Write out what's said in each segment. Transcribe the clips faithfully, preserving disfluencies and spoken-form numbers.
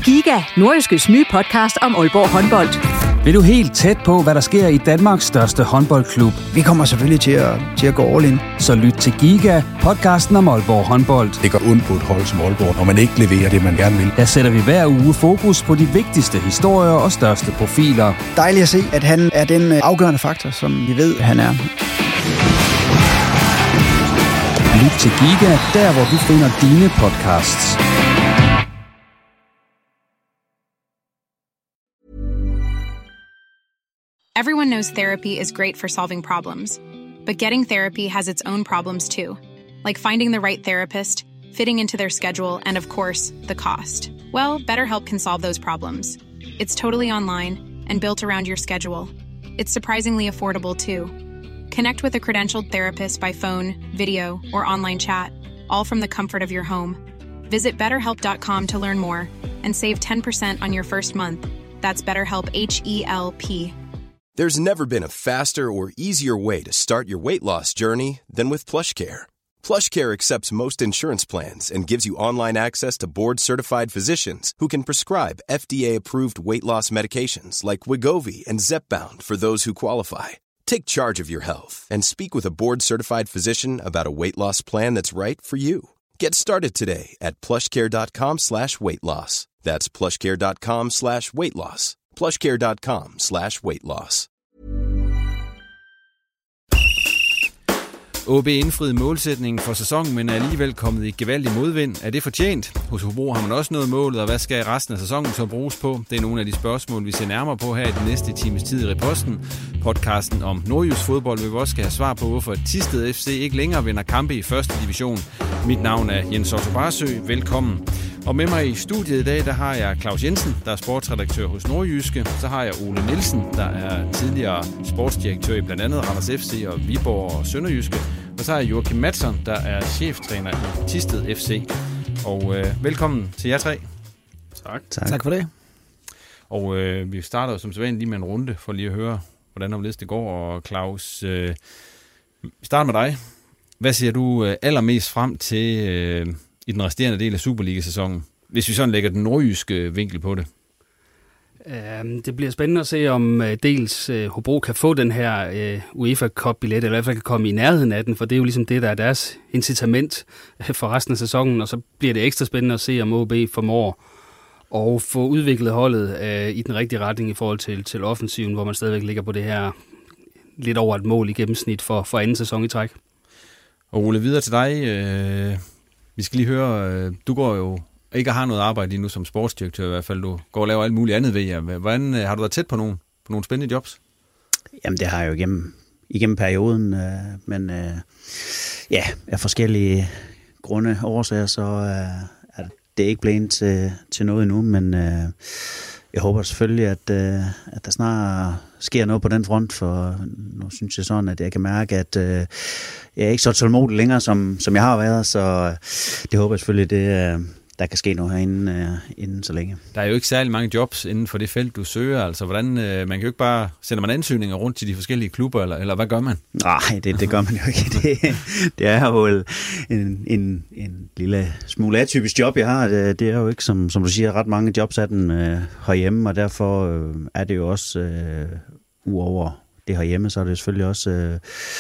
Giga, Nordjyskes nye podcast om Aalborg håndbold. Vil du helt tæt på, hvad der sker i Danmarks største håndboldklub? Vi kommer selvfølgelig til at, til at gå all in. Så lyt til Giga, podcasten om Aalborg håndbold. Det går ondt på et hold som Aalborg, når man ikke leverer det, man gerne vil. Der sætter vi hver uge fokus på de vigtigste historier og største profiler. Dejligt at se, at han er den afgørende faktor, som vi ved, han er. Lyt til Giga, der hvor du finder dine podcasts. Everyone knows therapy is great for solving problems, but getting therapy has its own problems too, like finding the right therapist, fitting into their schedule, and of course, the cost. Well, BetterHelp can solve those problems. It's totally online and built around your schedule. It's surprisingly affordable too. Connect with a credentialed therapist by phone, video, or online chat, all from the comfort of your home. Visit better help dot com to learn more and save ten percent on your first month. That's BetterHelp, H E L P. There's never been a faster or easier way to start your weight loss journey than with PlushCare. PlushCare accepts most insurance plans and gives you online access to board-certified physicians who can prescribe F D A-approved weight loss medications like Wegovy and Zepbound for those who qualify. Take charge of your health and speak with a board-certified physician about a weight loss plan that's right for you. Get started today at plushcare.com slash weight loss. That's plushcare.com slash weight loss. plushcare.com slash weight loss. O B indfriede målsætningen for sæsonen, men er alligevel kommet i gevaldig modvind. Er det fortjent? Hos Hobro har man også nået målet, og hvad skal resten af sæsonen så bruges på? Det er nogle af de spørgsmål, vi ser nærmere på her i den næste times tid i Reposten. Podcasten om nordjysk fodbold vil vi også skal have svar på, hvorfor Thisted F C ikke længere vinder kampe i første division. Mit navn er Jens Otto Barsø. Velkommen. Og med mig i studiet i dag, der har jeg Claus Jensen, der er sportsredaktør hos Nordjyske. Så har jeg Ole Nielsen, der er tidligere sportsdirektør i blandt andet Randers F C og Viborg og Sønderjyske. Og så har jeg Joachim Madsen, der er cheftræner i Thisted F C. Og øh, velkommen til jer tre. Tak. Tak, tak for det. Og øh, vi starter som sædvanligt lige med en runde for lige at høre, hvordan omledes det går. Og Claus, øh, vi starter med dig. Hvad ser du øh, allermest frem til øh, i den resterende del af Superliga-sæsonen, hvis vi sådan lægger den nordjyske vinkel på det? Det bliver spændende at se, om dels Hobro kan få den her UEFA Cup-billet, eller i hvert fald kan komme i nærheden af den, for det er jo ligesom det, der er deres incitament for resten af sæsonen, og så bliver det ekstra spændende at se, om O B formår at få udviklet holdet i den rigtige retning i forhold til, til offensiven, hvor man stadigvæk ligger på det her lidt over et mål i gennemsnit for, for anden sæson i træk. Og Ole, videre til dig. Øh, vi skal lige høre, øh, du går jo ikke har noget arbejde lige nu som sportsdirektør i hvert fald. Du går og laver alt muligt andet ved jer. Hvordan har du været tæt på nogle, på nogle spændende jobs? Jamen, det har jeg jo igennem, igennem perioden, øh, men øh, ja, af forskellige grunde årsager, så øh, er det ikke blevet til, til noget endnu, men øh, jeg håber selvfølgelig, at, øh, at der snart sker noget på den front, for nu synes jeg sådan, at jeg kan mærke, at øh, jeg er ikke så tålmodig længere, som, som jeg har været, så det håber jeg selvfølgelig, det øh, der kan ske noget herinde øh, inden så længe. Der er jo ikke særlig mange jobs inden for det felt, du søger. Altså, hvordan, øh, man kan jo ikke bare... Sender man ansøgninger rundt til de forskellige klubber, eller, eller hvad gør man? Nej, det, det gør man jo ikke. Det, det er jo en, en, en lille smule atypisk job, jeg har. Det, det er jo ikke, som, som du siger, ret mange jobs af den øh, herhjemme, og derfor øh, er det jo også øh, uover det herhjemme, så er det selvfølgelig også øh,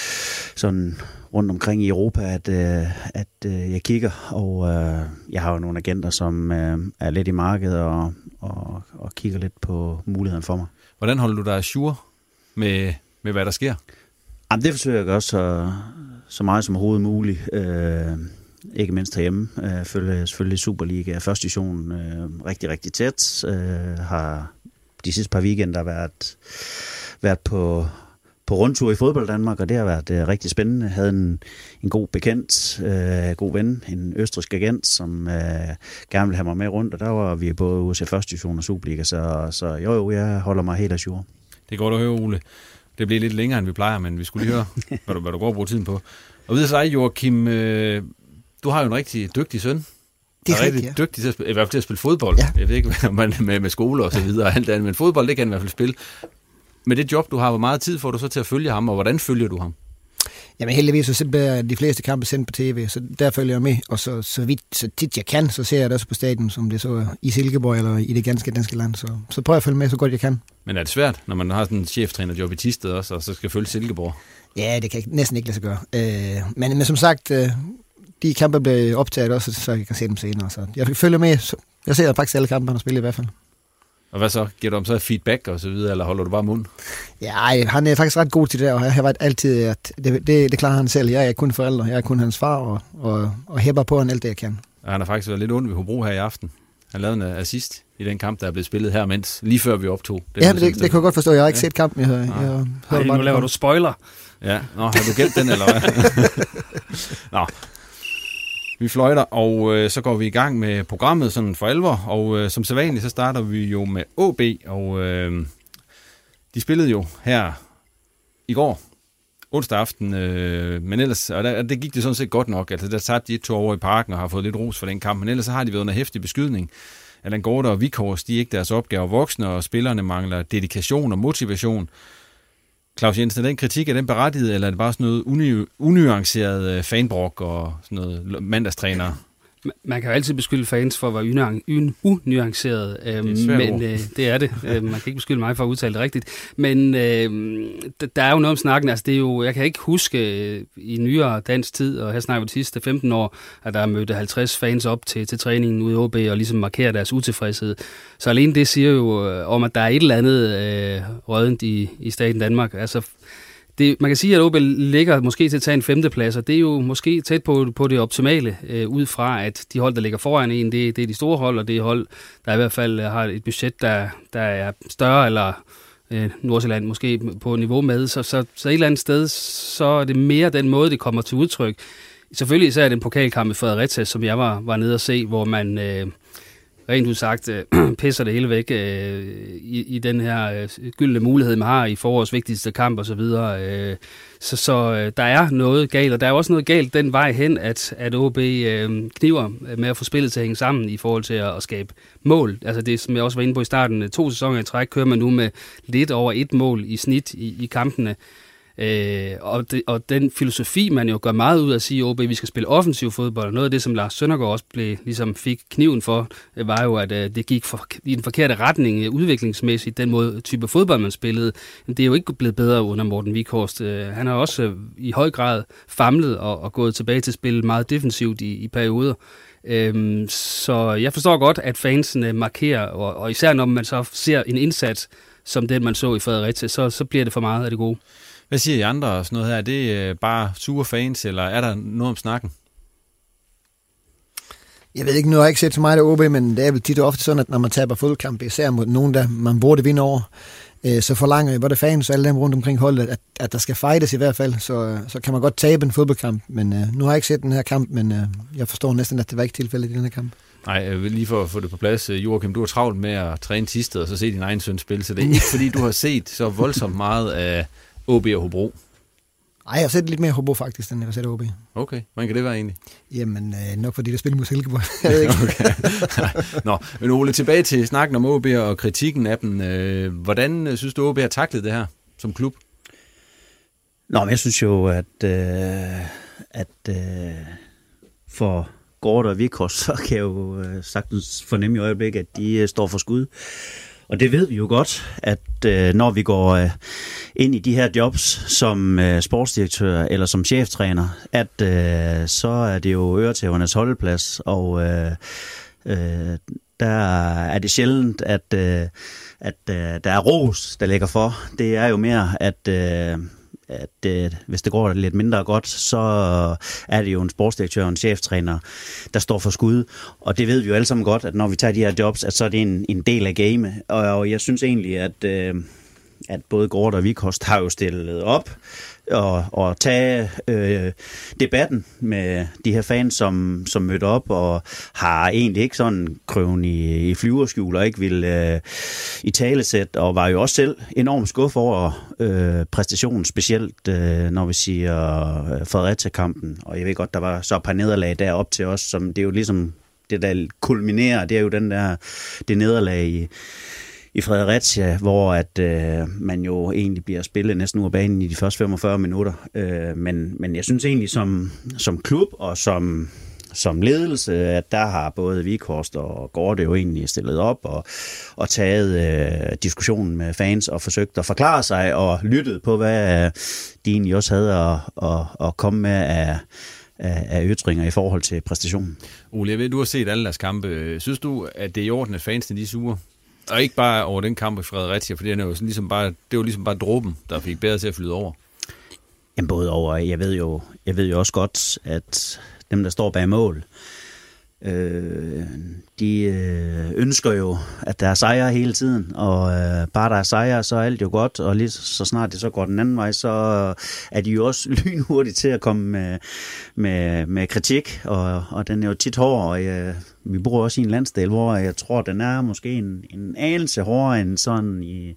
sådan rundt omkring i Europa, at, øh, at øh, jeg kigger, og øh, jeg har jo nogle agenter, som øh, er lidt i markedet og, og, og kigger lidt på muligheden for mig. Hvordan holder du dig ajour med, med hvad der sker? Jamen, det forsøger jeg også så, så meget som overhovedet muligt. Øh, ikke mindst herhjemme. Øh, følger selvfølgelig Superliga første division øh, rigtig, rigtig tæt. Øh, har de sidste par weekender været, været på... på rundtur i fodbold Danmark, og det har været uh, rigtig spændende. Jeg havde en, en god bekendt, uh, god ven, en østrigsk agent, som uh, gerne ville have mig med rundt, og der var vi både U S A første division og Superliga, så, så jo, jo, jeg holder mig helt ajour. Det er godt at høre, Ole. Det bliver lidt længere, end vi plejer, men vi skulle lige høre, hvad, du, hvad du går og bruger tiden på. Og videre sig, Joachim, uh, du har jo en rigtig dygtig søn. Det er, er rigtig ja. dygtig til at spille, i hvert fald til at spille fodbold. Ja. Jeg ved ikke, om man med, med skole og så videre og alt andet, men fodbold, det kan han i hvert fald spille. Med det job, du har, hvor meget tid får du så til at følge ham, og hvordan følger du ham? Jamen heldigvis så bliver de fleste kampe sendt på tv, så der følger jeg med, og så, så vidt, så tit jeg kan, så ser jeg det også på stadion, som det så i Silkeborg eller i det ganske danske land, så, så prøver jeg at følge med så godt jeg kan. Men er det svært, når man har sådan en cheftrænerjob i Thisted også, og så skal følge Silkeborg? Ja, det kan jeg næsten ikke lade sig gøre. Øh, men, men som sagt, øh, de kampe bliver optaget også, så jeg kan se dem senere, så jeg følger med, så jeg ser faktisk alle kampe, han har spillet i hvert fald. Og hvad så? Giver du om så feedback og så videre, eller holder du bare mund? Ja, han er faktisk ret god til det, og jeg har været altid, at det, det, det klarer han selv. Jeg er kun forælder, jeg er kun hans far, og, og, og hæpper på han alt det, jeg kan. Og han har faktisk været lidt ond ved Hobro her i aften. Han lavede en assist i den kamp, der er blevet spillet her, mens lige før vi optog. Det ja, men det, det kan jeg godt forstå. Jeg har ikke ja. set kampen. Jeg, jeg, jeg, jeg Ej, nu laver du spoiler. Ja, nå, har du gælt den, eller hvad? Nå. Vi fløjter, og øh, så går vi i gang med programmet sådan for alvor, og øh, som sædvanligt, så starter vi jo med O B, og øh, de spillede jo her i går, onsdag aften, øh, men ellers, og der, det gik det sådan set godt nok, altså der tabte de et to over i parken og har fået lidt ros for den kamp, men ellers så har de været under heftig beskydning. Allan Gorte og Vikhorst, de er ikke deres opgave voksne, og spillerne mangler dedikation og motivation. Claus Jensen, er den kritik, er den berettiget, eller er det bare sådan noget uny- unuanceret fanbrok og sådan noget mandagstræner? Man kan jo altid beskylde fans for at være unuanceret, øh, men øh, det er det. Man kan ikke beskylde mig for at udtale det rigtigt. Men øh, der er jo noget om snakken. Altså, det er jo, jeg kan ikke huske øh, i nyere dansk tid, og her snakker vi de sidste femten år, at der mødte halvtreds fans op til, til træningen ude i O B og ligesom markerer deres utilfredshed. Så alene det siger jo øh, om, at der er et eller andet øh, rødent i, i staten Danmark. Altså, Det, man kan sige, at O B ligger måske til at tage en femteplads, og det er jo måske tæt på, på det optimale, øh, ud fra, at de hold, der ligger foran en, det, det er de store hold, og det er hold, der i hvert fald har et budget, der, der er større, eller øh, Nordsjælland måske på niveau med. Så, så, så et eller andet sted, så er det mere den måde, det kommer til udtryk. Selvfølgelig så er det en pokalkamp i Fredericia, som jeg var, var nede at se, hvor man... Øh, rent udsagt øh, pisser det hele væk øh, i, i den her øh, gyldne mulighed, man har i forårets vigtigste kamp og så videre. Øh, så så øh, der er noget galt, og der er også noget galt den vej hen, at, at O B øh, kniver med at få spillet til at hænge sammen i forhold til at, at skabe mål. Altså det, som jeg også var inde på i starten, to sæsoner i træk, kører man nu med lidt over et mål i snit i, i kampene. Øh, og, det, og den filosofi, man jo gør meget ud af at sige, at O B, vi skal spille offensiv fodbold, og noget af det, som Lars Søndergaard også blev, ligesom fik kniven for, var jo, at øh, det gik for, i den forkerte retning øh, udviklingsmæssigt, den måde type fodbold, man spillede. Det er jo ikke blevet bedre under Morten Vikhorst. Øh, han har også øh, i høj grad famlet og, og gået tilbage til at spille meget defensivt i, i perioder. Øh, så jeg forstår godt, at fansene markerer, og, og især når man så ser en indsats, som den man så i Fredericia, så, så bliver det for meget af det gode. Hvad siger I andre og sådan noget her? Er det bare sure fans, eller er der noget om snakken? Jeg ved ikke, nu har jeg ikke set så meget af O B, men det er vel tit og ofte sådan, at når man taber fodboldkamp, især mod nogen, der man burde vinde over, øh, så forlanger både fans og alle dem rundt omkring holdet, at, at der skal fightes i hvert fald, så, så kan man godt tabe en fodboldkamp. Men øh, nu har jeg ikke set den her kamp, men øh, jeg forstår næsten, at det var ikke tilfældet i den her kamp. Nej, lige for at få det på plads, Joachim, du har travlt med at træne Thisted og så se din egen søn spille, så det er ikke fordi, du har set så voldsomt meget af O B og Hobro. Nej, jeg har set lidt mere Hobro faktisk, end jeg har set O B. Okay, hvordan kan det være egentlig? Jamen, øh, nok fordi der spiller mod Silkeborg. Jeg ved ikke. Okay. Nå, men Ole, tilbage til snakken om O B og kritikken af dem. Øh, hvordan synes du, O B har taklet det her som klub? Nå, men jeg synes jo, at, øh, at øh, for Gorte og Vikhorst, så kan jeg jo øh, sagtens fornemme i øjeblikket, at de øh, står for skud. Og det ved vi jo godt, at øh, når vi går øh, ind i de her jobs som øh, sportsdirektør eller som cheftræner, at øh, så er det jo øretævernes holdeplads, og øh, øh, der er det sjældent, at, øh, at øh, der er ros, der ligger for. Det er jo mere, at... Øh, at øh, hvis det går lidt mindre godt, så er det jo en sportsdirektør og en cheftræner, der står for skud. Og det ved vi jo alle sammen godt, at når vi tager de her jobs, at så er det en, en del af gamet. Og, og jeg synes egentlig, at, øh, at både Gorte og Vikhorst har jo stillet op og, og tage øh, debatten med de her fans, som, som mødte op og har egentlig ikke sådan krøven i, i flyverskjul og ikke ville øh, i talesæt, og var jo også selv enormt skuffet over øh, præstationen, specielt øh, når vi siger øh, Fredericia-kampen, og jeg ved godt, der var så et par nederlag derop til os, som det er jo ligesom det, der kulminerer, det er jo den der, det nederlag i i Fredericia, hvor at øh, man jo egentlig bliver spillet næsten ud af banen i de første femogfyrre minutter. Øh, men, men jeg synes egentlig som, som klub og som, som ledelse, at der har både Vikhorst og Gorte jo egentlig stillet op og, og taget øh, diskussionen med fans og forsøgt at forklare sig og lyttet på, hvad øh, de egentlig også havde at, at, at komme med af af ytringer i forhold til præstationen. Ole, jeg ved, du har set alle deres kampe. Synes du, at det er i orden, at fansene de suger? Og ikke bare over den kamp i Fredericia, for det er jo sådan ligesom bare, det var ligesom bare dråben, der fik bedre til at flyde over. Jamen både over. Jeg ved jo, jeg ved jo også godt, at dem, der står bag mål, øh, de øh, ønsker jo, at der er sejre hele tiden, og øh, bare der er sejre, så er alt jo godt, og lige så snart det så går den anden vej, så er de jo også lynhurtige til at komme med, med, med kritik, og, og den er jo tit hård, og øh, vi bor også i en landsdel, hvor jeg tror, den er måske en, en anelse hårdere end sådan i,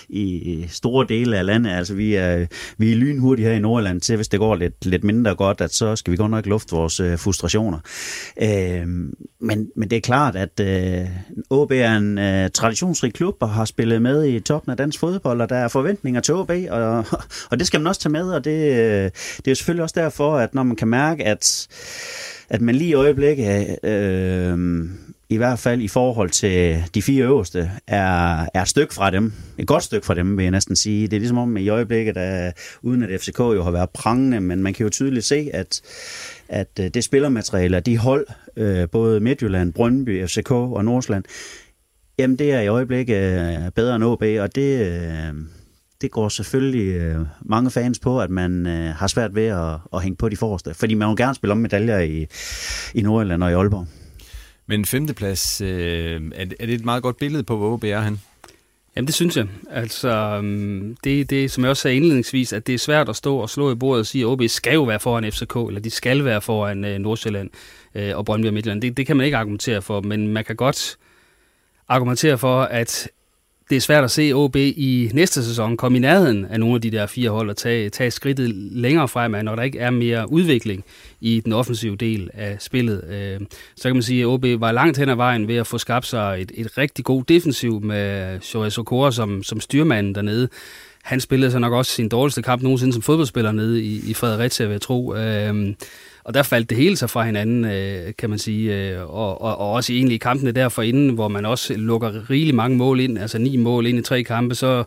i store dele af landet. Altså vi er, vi er lynhurtige her i Nordjylland til, hvis det går lidt, lidt mindre godt, at så skal vi godt nok lufte vores øh, frustrationer. Øh, men, men det er klart, at øh, O B er en øh, traditionsrig klub og har spillet med i toppen af dansk fodbold, og der er forventninger til O B, og, og det skal man også tage med, og det, det er selvfølgelig også derfor, at når man kan mærke, at at man lige i øjeblikket, øh, i hvert fald i forhold til de fire øverste, er, er et stykke fra dem. Et godt stykke fra dem, vil jeg næsten sige. Det er ligesom om i øjeblikket, at, uden at F C K jo har været prangende, men man kan jo tydeligt se, at, at det spillermateriale, de hold, øh, både Midtjylland, Brøndby, F C K og Nordsjælland, jamen det er i øjeblikket bedre end O B, og det... Øh, Det går selvfølgelig øh, mange fans på, at man øh, har svært ved at, at hænge på de forreste. Fordi man vil gerne spille om medaljer i, i Nordjylland og i Aalborg. Men femteplads, øh, er, er det et meget godt billede på, hvor O B er han? Jamen det synes jeg. Altså, det, det som jeg også sagde indledningsvis, at det er svært at stå og slå i bordet og sige, at O B skal jo være foran F C K, eller de skal være foran øh, Nordsjælland øh, og Brøndby og Midtjylland. Det, det kan man ikke argumentere for, men man kan godt argumentere for, at det er svært at se O B i næste sæson komme i nærheden af nogle af de der fire hold og tage, tage skridtet længere fremad, når der ikke er mere udvikling i den offensive del af spillet. Så kan man sige, at O B var langt hen ad vejen ved at få skabt sig et, et rigtig god defensiv med Shorezo Okora som, som styrmanden dernede. Han spillede så nok også sin dårligste kamp nogensinde som fodboldspiller nede i, i Fredericia, vil jeg tro. Og der faldt det hele sig fra hinanden, kan man sige, og, og, og også egentlig i kampene der forinden, hvor man også lukker rigeligt mange mål ind, altså ni mål ind i tre kampe, så,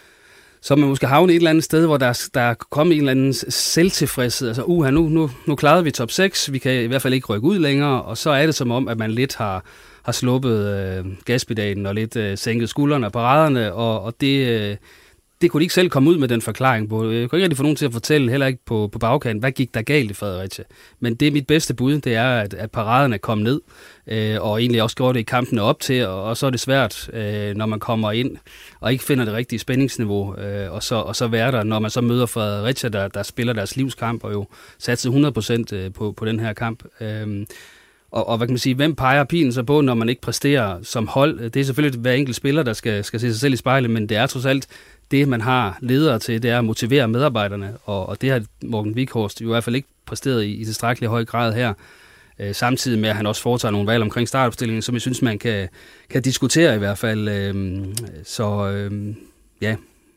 så man måske havne et eller andet sted, hvor der, der kommer en eller anden selvtilfredshed, altså uha, nu, nu, nu klarede vi top seks, vi kan i hvert fald ikke rykke ud længere, og så er det som om, at man lidt har, har sluppet øh, gaspedalen og lidt øh, sænket skuldrene og paraderne, og, og det... Øh, Det kunne de ikke selv komme ud med den forklaring på. Jeg kunne ikke rigtig få nogen til at fortælle, heller ikke på, på bagkanten, hvad gik der galt i Fredericia. Men det er mit bedste bud, det er, at, at paraderne kom ned, øh, og egentlig også gjorde det i kampene op til, og, og så er det svært, øh, når man kommer ind og ikke finder det rigtige spændingsniveau, øh, og, så, og så være der, når man så møder Fredericia, der, der spiller deres livskamp, og jo satser hundrede procent på, på den her kamp. Øh, Og, og hvad kan man sige, hvem peger pilen så på, når man ikke præsterer som hold? Det er selvfølgelig hver enkelt spiller, der skal, skal se sig selv i spejlet, men det er trods alt det, man har ledere til, det er at motivere medarbejderne, og, og det har Morten Vikhorst jo i hvert fald ikke præsteret i, i tilstrækkelig høj grad her, øh, samtidig med, at han også foretager nogle valg omkring startopstillingen, som jeg synes, man kan, kan diskutere i hvert fald. Øh, så øh, ja.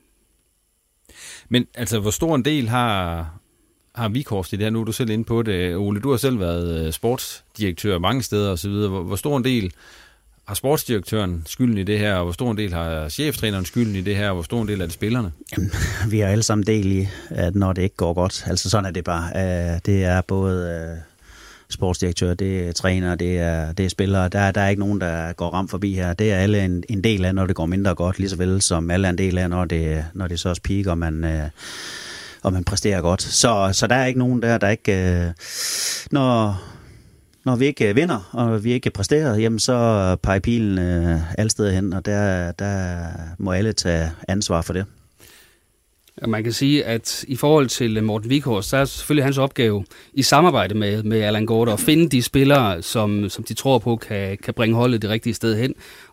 Men altså, hvor stor en del har... har Vikhorst i det her? Nu er du selv inde på det. Ole, du har selv været sportsdirektør mange steder og så videre. Hvor, hvor stor en del har sportsdirektøren skylden i det her, og hvor stor en del har cheftræneren skylden i det her, og hvor stor en del er det spillerne? Jamen, vi har alle sammen del i, at når det ikke går godt. Altså sådan er det bare. Det er både sportsdirektør, det er træner, det er, det er spillere. Der, der er ikke nogen, der går ramt forbi her. Det er alle en, en del af, når det går mindre godt, lige så vel som alle er en del af, når det, når det så også piker, og man... og man præsterer godt. Så, så der er ikke nogen der, der ikke... Øh, når, når vi ikke vinder, og vi ikke præsterer, jamen så peger pilen øh, alle steder hen, og der, der må alle tage ansvar for det. Og man kan sige, at i forhold til Morten Vikhorst, så er selvfølgelig hans opgave i samarbejde med, med Allan Gorte at finde de spillere, som, som de tror på kan, kan bringe holdet det rigtige sted hen.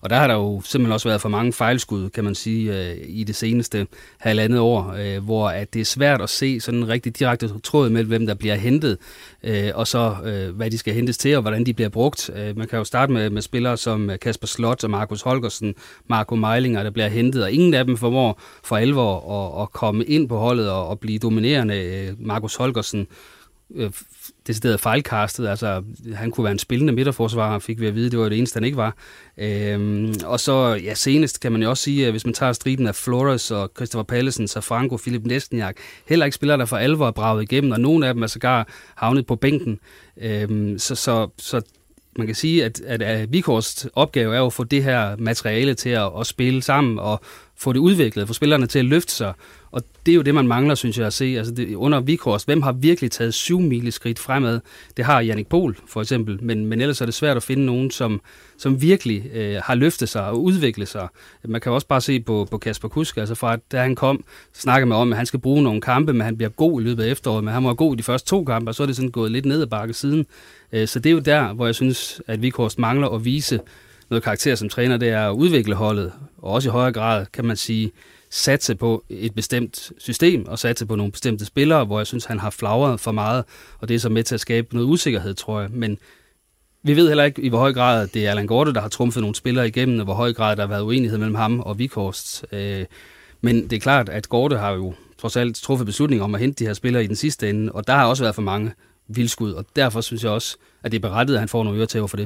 Og der har der jo simpelthen også været for mange fejlskud, kan man sige, øh, i det seneste halvandet år, øh, hvor at det er svært at se sådan en rigtig direkte tråd mellem, hvem der bliver hentet, øh, og så øh, hvad de skal hentes til, og hvordan de bliver brugt. Øh, man kan jo starte med, med spillere som Kasper Slot og Markus Holgersen, Marco Meilinger, der bliver hentet, og ingen af dem formår for alvor at, at komme ind på holdet og, og blive dominerende. Markus Holgersen øh, decideret fejlkastet, altså han kunne være en spillende midterforsvarer, fik vi at vide, det var det eneste, han ikke var. Øhm, og så, ja, senest kan man jo også sige, at hvis man tager striben af Flores og Christopher Pallesen, Safranco, Philip Næstniak, heller ikke spillere, der for alvor er braget igennem, og nogle af dem er sågar havnet på bænken. Øhm, så, så, så man kan sige, at, at, at Vikhorsts opgave er jo at få det her materiale til at, at spille sammen og få det udviklet, få spillerne til at løfte sig. Og det er jo det, man mangler, synes jeg, at se. Altså det, under Vikhorst, hvem har virkelig taget syv mileskridt fremad? Det har Jannik Pohl, for eksempel. Men, men ellers er det svært at finde nogen, som, som virkelig øh, har løftet sig og udviklet sig. Man kan også bare se på, på Kasper Kusk, altså fra da han kom, snakkede med om, at han skal bruge nogle kampe, men han bliver god i løbet af efteråret. Men han var god i de første to kampe, og så er det sådan gået lidt ned ad bakke siden. Øh, så det er jo der, hvor jeg synes, at Vikhorst mangler at vise noget karakter som træner, det er at udvikle holdet, og også i højere grad, kan man sige, satse på et bestemt system, og satse på nogle bestemte spillere, hvor jeg synes, han har flagret for meget, og det er så med til at skabe noget usikkerhed, tror jeg. Men vi ved heller ikke, i hvor høj grad det er Allan Gorte, der har trumfet nogle spillere igennem, og hvor høj grad der har været uenighed mellem ham og Vikhorst. Men det er klart, at Gorte har jo trods alt truffet beslutning om at hente de her spillere i den sidste ende, og der har også været for mange vildskud, og derfor synes jeg også, at det er berettiget, at han får nogle øretæver for det.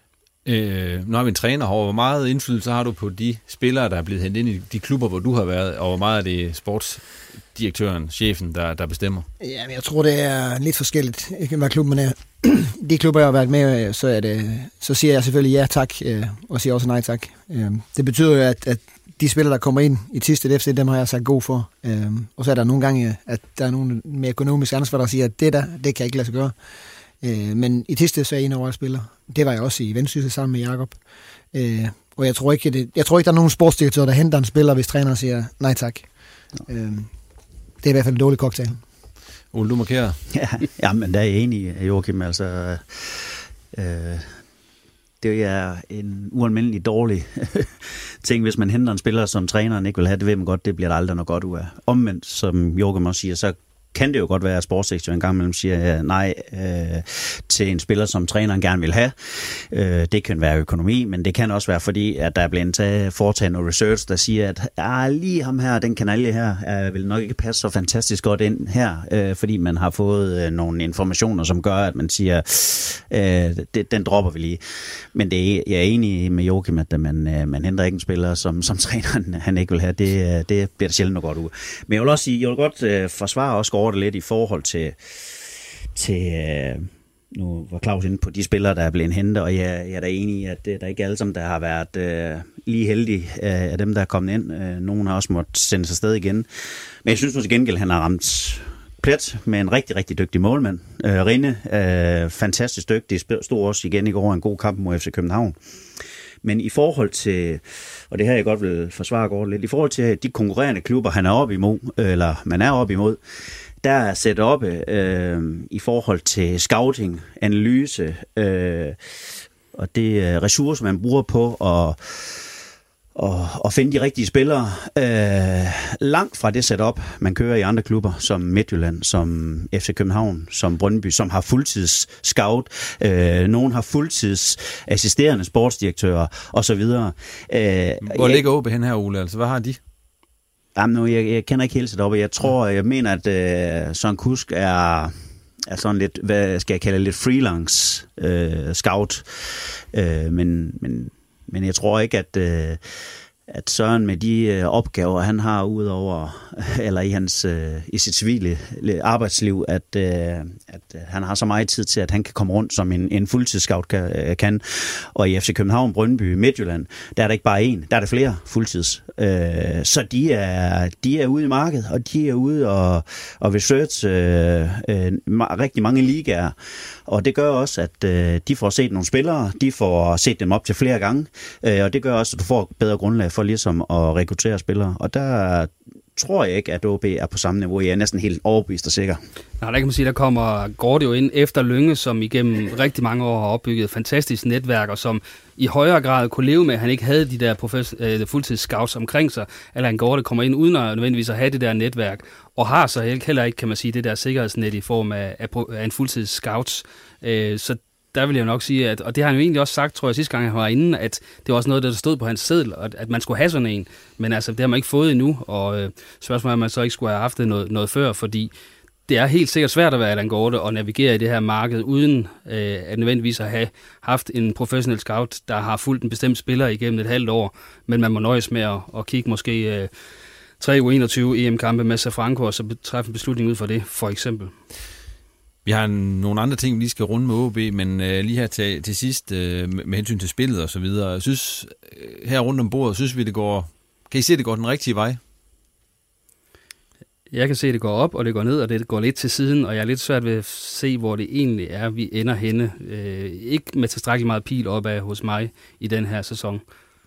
Øh, nu har vi en træner herovre. Hvor meget indflydelse har du på de spillere, der er blevet hentet ind i de klubber, hvor du har været, og hvor meget er det sportsdirektøren, chefen, der, der bestemmer? Ja, men jeg tror, det er lidt forskelligt, hvad klubben er. De klubber, jeg har været med, så, er det, så siger jeg selvfølgelig ja tak, og siger også nej tak. Det betyder jo, at, at de spillere, der kommer ind i Thisted F C, dem har jeg sagt god for. Og så er der nogle gange, at der er nogle med økonomisk ansvar, der siger, at det der, det kan jeg ikke lade sig gøre. Øh, men i Thisted så er jeg en over spiller. Det var jeg også i Vendsyssel sammen med Jakob. Øh, og jeg tror ikke, det, jeg tror ikke, der er nogen sportsdirektør, der henter en spiller, hvis træneren siger nej tak. Øh, det er i hvert fald en dårlig cocktail. Ole, du markerer. Ja, ja, men der er jeg enig, Joachim. Altså, øh, det er en ualmindelig dårlig ting, hvis man henter en spiller, som træneren ikke vil have. Det ved man godt, det bliver der aldrig noget godt ud af. Omvendt, som Joachim også siger, så kan det jo godt være, at sportssektoren en gang imellem siger nej øh, til en spiller, som træneren gerne vil have. Øh, det kan være økonomi, men det kan også være, fordi at der er blevet taget, foretaget noget research, der siger, at ah, lige ham her, den kanalje her, øh, vil nok ikke passe så fantastisk godt ind her, øh, fordi man har fået øh, nogle informationer, som gør, at man siger, øh, det, den dropper vi lige. Men det er, jeg er enig med Joachim, at man, øh, man henter ikke en spiller, som, som træneren han ikke vil have. Det, det bliver der sjældent noget godt ud. Men jeg vil også sige, jeg vil godt øh, forsvare også over det lidt i forhold til, til øh, nu var Claus inde på de spillere, der er blevet hentet, og jeg, jeg er da enig i, at det der ikke alle sammen, der har været øh, lige heldige øh, af dem, der er kommet ind. Øh, nogle har også måttet sende sig sted igen. Men jeg synes nu til gengæld, han har ramt plet med en rigtig, rigtig dygtig målmand. Øh, Rinde, øh, fantastisk dygtig, stod også igen i går en god kamp mod F C København. Men i forhold til, og det her jeg godt vil forsvare godt lidt, i forhold til de konkurrerende klubber, han er oppe imod, eller man er oppe imod, der er sat op øh, i forhold til scouting, analyse, øh, og det er ressourcer, man bruger på at, og, og finde de rigtige spillere. Øh, langt fra det setup, man kører i andre klubber, som Midtjylland, som F C København, som Brøndby, som har fuldtids scout. Øh, nogen har fuldtids assisterende sportsdirektører, osv. Øh, Hvor ligger O B hen her, Ole? Altså, hvad har de? Jamen, nu, jeg, jeg kender ikke helt setup, og jeg tror, jeg mener, at øh, Søren Kusk er, er sådan lidt, hvad skal jeg kalde lidt freelance øh, scout. Øh, men, men Men jeg tror ikke, at, øh, at Søren med de øh, opgaver, han har udover, eller i, hans, øh, i sit civile arbejdsliv, at, øh, at øh, han har så meget tid til, at han kan komme rundt, som en, en fuldtidsscout kan, øh, kan. Og i F C København, Brøndby, Midtjylland, der er der ikke bare én, der er der flere fuldtids. Øh, så de er, de er ude i markedet, og de er ude og, og research øh, øh, rigtig mange ligaer. Og det gør også, at øh, de får set nogle spillere, de får set dem op til flere gange, øh, og det gør også, at du får et bedre grundlag for for ligesom at rekruttere spillere. Og der tror jeg ikke, at O B er på samme niveau. Jeg er næsten helt overbevist og sikker. Nej, der kan man sige, der kommer Gorte jo ind efter Lynge, som igennem rigtig mange år har opbygget et fantastisk netværk, og som i højere grad kunne leve med, at han ikke havde de der profes- øh, fuldtidsscouts omkring sig. Eller en Gorte kommer ind uden at nødvendigvis at have det der netværk, og har så heller ikke, kan man sige, det der sikkerhedsnet i form af, af, af en fuldtidsscouts. Øh, så der vil jeg nok sige, at, og det har han jo egentlig også sagt, tror jeg, sidste gang han var inde, at det var også noget, der stod på hans seddel, at, at man skulle have sådan en. Men altså, det har man ikke fået endnu, og øh, spørgsmålet er, at man så ikke skulle have haft det noget, noget før, fordi det er helt sikkert svært at være Allan Gorte og navigere i det her marked, uden øh, at nødvendigvis have haft en professionel scout, der har fulgt en bestemt spiller igennem et halvt år, men man må nøjes med at, at kigge måske øh, tre U enogtyve E M-kampe med Safranco, og så træffe en beslutning ud fra det, for eksempel. Vi har nogle andre ting, vi lige skal runde med O B, men øh, lige her til, til sidst, øh, med hensyn til spillet og så videre. Jeg synes, øh, her rundt om bordet, synes vi, det går... Kan I se, det går den rigtige vej? Jeg kan se, at det går op, og det går ned, og det går lidt til siden, og jeg er lidt svært ved at se, hvor det egentlig er, vi ender henne. Øh, ikke med tilstrækkeligt meget pil opad hos mig i den her sæson.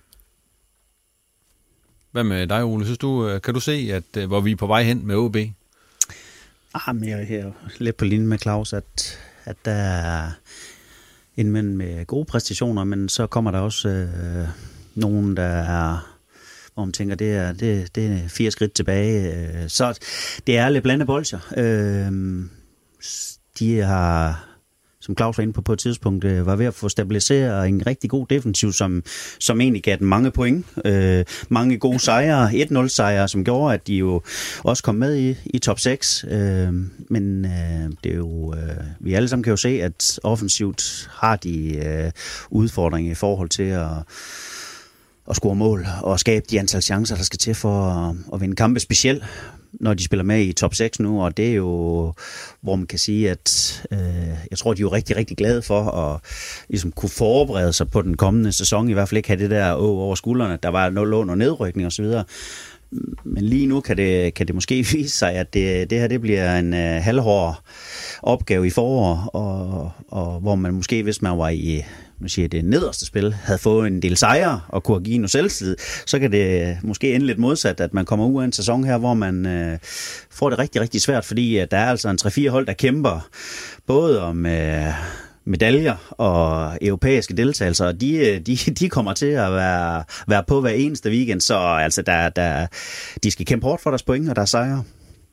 Hvad med dig, Ole? Synes du, kan du se, at hvor vi er på vej hen med O B? Ah, men jeg er her lidt på linje med Claus, at, at der er en mænd med gode præstationer, men så kommer der også øh, nogen, der er, hvor man tænker, det er, det, det er fire skridt tilbage. Så det er lidt blandet bolsjer. Øh, de har, som Claus var inde på på et tidspunkt, øh, var ved at få stabiliseret en rigtig god defensiv, som, som egentlig gav den mange point. Øh, mange gode sejre, et nul sejre, som gjorde, at de jo også kom med i, i top seks. Øh, men øh, det er jo, øh, vi alle sammen kan jo se, at offensivt har de øh, udfordringer i forhold til at, at score mål og skabe de antal chancer, der skal til for at, at vinde kampe, specielt når de spiller med i top seks nu, og det er jo, hvor man kan sige, at øh, jeg tror, de er jo rigtig, rigtig glade for at ligesom kunne forberede sig på den kommende sæson, i hvert fald ikke have det der over skuldrene, der var noget lån og nedrykning osv. Men lige nu kan det, kan det måske vise sig, at det, det her det bliver en øh, halvhård opgave i forår, og, og hvor man måske, hvis man var i nu siger jeg, det nederste spil, havde fået en del sejre og kunne give noget selvtid, så kan det måske ende lidt modsat, at man kommer ud af en sæson her, hvor man øh, får det rigtig, rigtig svært, fordi at der er altså en tre fire hold, der kæmper både om øh, medaljer og europæiske deltagelser, og de, de, de kommer til at være, være på hver eneste weekend, så altså, der, der, de skal kæmpe hårdt for deres point og deres sejre.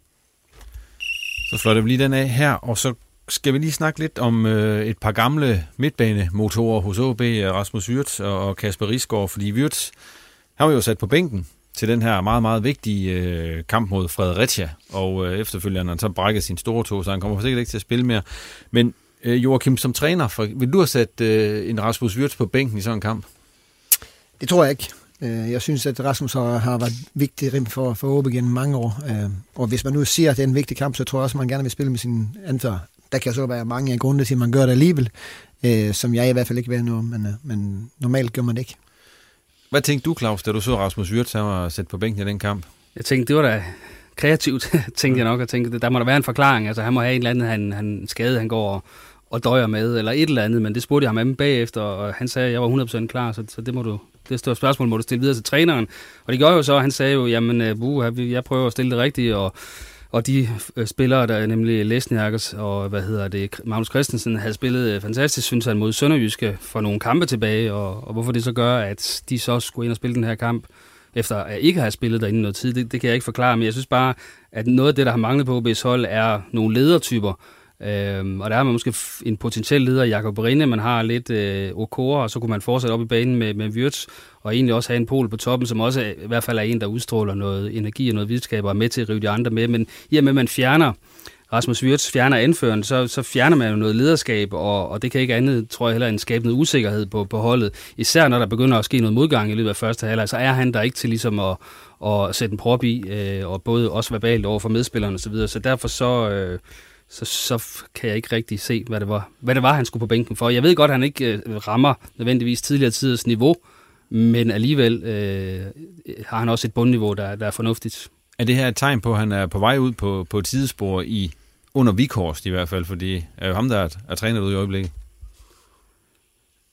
Så fløjter vi lige den af her, og så skal vi lige snakke lidt om øh, et par gamle midtbanemotorer hos O B, Rasmus Wirtz og Kasper Risgaard, fordi Wirtz, han var jo sat på bænken til den her meget, meget vigtige øh, kamp mod Fredericia, og øh, efterfølgende han så brækket sin store tog, så han kommer sikkert ikke til at spille mere. Men øh, Joachim, som træner, for, vil du have sat øh, en Rasmus Wirtz på bænken i sådan en kamp? Det tror jeg ikke. Jeg synes, at Rasmus har været vigtig for, for O B gennem mange år, og hvis man nu siger, at det er en vigtig kamp, så tror jeg også, at man gerne vil spille med sin anfører. Der kan så være mange af grunde til, at man gør det alligevel, øh, som jeg i hvert fald ikke vil nu, men, øh, men normalt gør man det ikke. Hvad tænkte du, Claus, da du så Rasmus Wirtz var sat på bænken i den kamp? Jeg tænkte, det var da kreativt, tænkte jeg nok, og tænkte, der må der være en forklaring. Altså, han må have en eller anden han, han skade, han går og, og døjer med, eller et eller andet, men det spurgte jeg ham af bagefter, og han sagde, at jeg var hundrede procent klar, så, så det må du... Det store spørgsmål må du stille videre til træneren. Og det gør jo så, han sagde jo, jamen, buh, jeg prøver at stille det rigtigt, og Og de øh, spillere, der nemlig Lesniakers og hvad hedder det, Magnus Christensen, havde spillet fantastisk, synes han, mod Sønderjyske for nogle kampe tilbage, og, og hvorfor det så gør, at de så skulle ind og spille den her kamp, efter at ikke have spillet derinde noget tid, det, det kan jeg ikke forklare, men jeg synes bare, at noget af det, der har manglet på O B's hold, er nogle ledertyper, Øhm, og der har man måske en potentiel leder, Jakob Rinde, man har lidt øh, Okora, og så kunne man fortsætte op i banen med, med Wirtz, og egentlig også have en pol på toppen, som også i hvert fald er en, der udstråler noget energi og noget videnskab, og er med til at rive de andre med, men i og med, at man fjerner Rasmus Wirtz, fjerner anføreren, så, så fjerner man jo noget lederskab, og, og det kan ikke andet, tror jeg heller, end skabe noget usikkerhed på, på holdet. Især når der begynder at ske noget modgang i løbet af første halvleg, så er han der ikke til ligesom at, at sætte en prop i, øh, og både også verbalt over for medspillerne osv., så, videre. Så derfor så... Øh, Så, så kan jeg ikke rigtig se, hvad det var, hvad det var, han skulle på bænken for. Jeg ved godt, at han ikke øh, rammer nødvendigvis tidligere tiders niveau, men alligevel øh, har han også et bundniveau, der, der er fornuftigt. Er det her et tegn på, at han er på vej ud på, på et sidespor i, under Vikhorst i hvert fald, fordi det er jo ham, der er, er trænet ude i øjeblikket?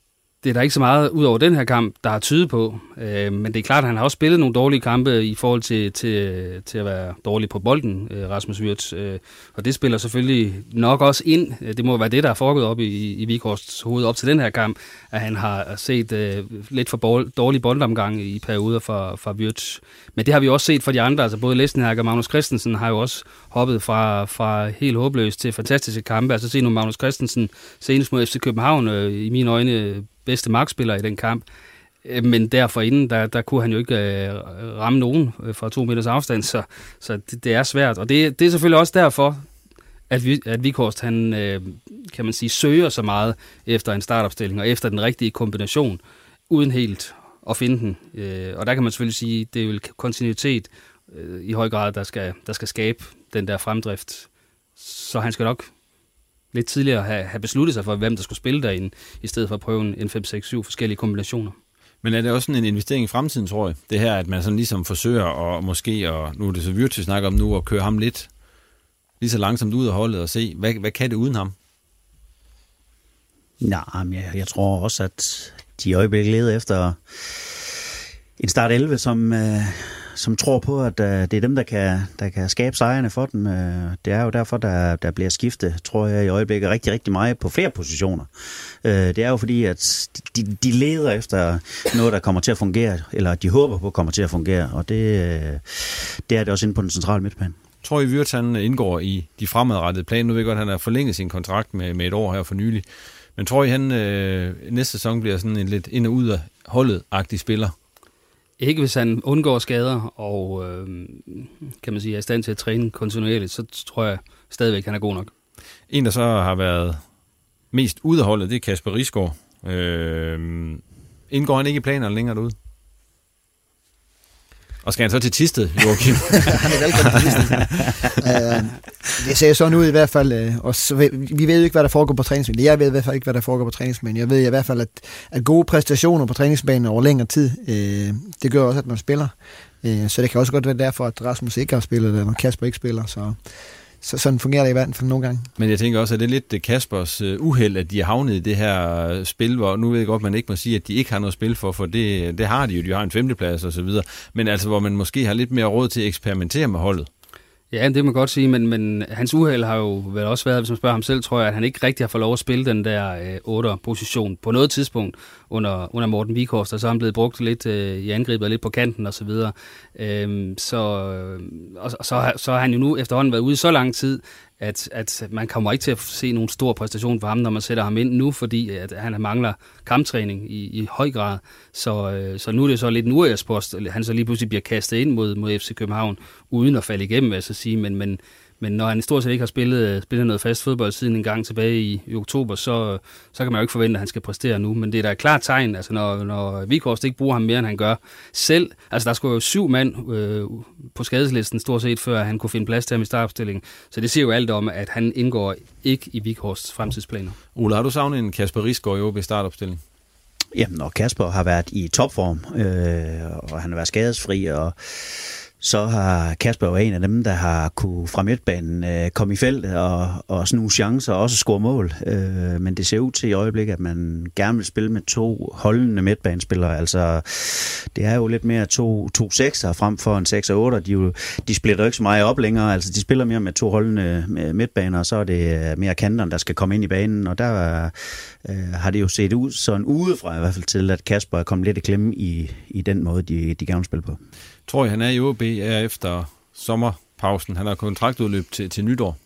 det er der ikke så meget ud over den her kamp, der har tydet på. Øh, men det er klart, at han har også spillet nogle dårlige kampe i forhold til, til, til at være dårlig på bolden, øh, Rasmus Wirtz. Øh, og det spiller selvfølgelig nok også ind. Det må være det, der er foregået op i, i Vikhorsts hoved op til den her kamp, at han har set øh, lidt for bold, dårlig boldomgang i perioder fra, fra Wirtz. Men det har vi også set fra de andre. Altså både Lestenhag og Magnus Christensen har jo også hoppet fra, fra helt håbløst til fantastiske kampe. Altså se nu Magnus Christensen senest mod F C København, øh, i mine øjne bedste markspiller i den kamp. Men derfor inden, der, der kunne han jo ikke øh, ramme nogen øh, fra to meters afstand, så, så det, det er svært. Og det, det er selvfølgelig også derfor, at, vi, at Vikhorst, han, øh, kan man sige, søger så meget efter en startopstilling og efter den rigtige kombination, uden helt at finde den. Øh, og der kan man selvfølgelig sige, at det er jo kontinuitet øh, i høj grad, der skal, der skal skabe den der fremdrift. Så han skal nok lidt tidligere have, have besluttet sig for, hvem der skulle spille derinde, i stedet for at prøve en fem seks syv forskellige kombinationer. Men er det også sådan en investering i fremtiden, tror jeg? Det her, at man sådan ligesom forsøger at måske, og nu er det så Wirtz, vi snakker om nu, at køre ham lidt lige så langsomt ud af holdet og se, hvad, hvad kan det uden ham? Nej, men jeg, jeg tror også, at de i øjeblikket leder efter en start elleve, som... Øh som tror på, at uh, det er dem, der kan, der kan skabe sejrene for dem. Uh, det er jo derfor, der, der bliver skiftet, tror jeg, i øjeblikket rigtig, rigtig meget på flere positioner. Uh, det er jo fordi, at de, de leder efter noget, der kommer til at fungere, eller de håber på, kommer til at fungere, og det, uh, det er det også inde på den centrale midtbane. Tror I, Wirtz han indgår i de fremadrettede planer? Nu ved jeg godt, at han har forlænget sin kontrakt med, med et år her for nylig. Men tror I, han øh, næste sæson bliver sådan en lidt ind og ud af holdet-agtig spiller? Ikke hvis han undgår skader og øh, kan man sige, er i stand til at træne kontinuerligt, så tror jeg stadigvæk, han er god nok. En, der så har været mest ude af holdet, det er Kasper Risgaard. Øh, indgår han ikke i planerne længere derude? Og skal han så til Thisted, Joachim? Han er velkommen til Thisted. uh, det ser sådan ud i hvert fald. Uh, og så ved, vi ved jo ikke, hvad der foregår på træningsbanen. Jeg ved i hvert fald ikke, hvad der foregår på træningsbanen. Jeg ved i hvert fald, at, at gode præstationer på træningsbanen over længere tid, uh, det gør også, at man spiller. Uh, så det kan også godt være derfor, at Rasmus ikke har spillet, eller Kasper ikke spiller. Så, så sådan fungerer det i hvert fald nogle gange. Men jeg tænker også, at det er lidt Kaspers uh, uheld, at de er havnet i det her spil, hvor nu ved jeg godt, at man ikke må sige, at de ikke har noget spil for, for det, det har de jo. De har en femteplads og så videre. Men altså, hvor man måske har lidt mere råd til at eksperimentere med holdet. Ja, det kan man godt sige, men, men hans uheld har jo vel også været, hvis man spørger ham selv, tror jeg, at han ikke rigtig har fået lov at spille den der øh, otter-position på noget tidspunkt under, under Morten Vikhorst, og så er han blevet brugt lidt øh, i angrebet og lidt på kanten og så videre. Øhm, så, og, og så, så har han jo nu efterhånden været ude i så lang tid, at, at man kommer ikke til at se nogen stor præstation for ham, når man sætter ham ind nu, fordi at han mangler kamptræning i, i høj grad. Så, øh, så nu er det så lidt en uærespost, han så lige pludselig bliver kastet ind mod, mod F C København, uden at falde igennem, vil jeg så sige. Men, men, men når han stort set ikke har spillet, spillet noget fast fodbold siden en gang tilbage i, i oktober, så, så kan man jo ikke forvente, at han skal præstere nu. Men det er da et klart tegn, altså når, når Vikhorst ikke bruger ham mere, end han gør selv. Altså der skulle jo syv mand øh, på skadeslisten stort set, før han kunne finde plads til ham i startopstillingen. Så det siger jo alt om, at han indgår ikke i Vikhorsts fremtidsplaner. Ole, har du savnet en Kasper Risgaard i O B startopstilling? Jamen, når Kasper har været i topform, øh, og han har været skadesfri, og så har Kasper jo en af dem, der har kunne fra midtbanen øh, komme i feltet og, og snuse chancer og også score mål. Øh, men det ser ud til i øjeblikket, at man gerne vil spille med to holdende midtbanespillere. Altså, det er jo lidt mere to, to sekser frem for en seks og otter. De, jo, de splitter jo ikke så meget op længere. Altså, de spiller mere med to holdende midtbaner, og så er det mere kanterne, der skal komme ind i banen. Og der øh, har det jo set ud sådan udefra i hvert fald til, at Kasper er kommet lidt i klemme i, i den måde, de, de gerne vil spille på. Tror I, han er i O B er efter sommerpausen? Han har kontraktudløb til, til nytår.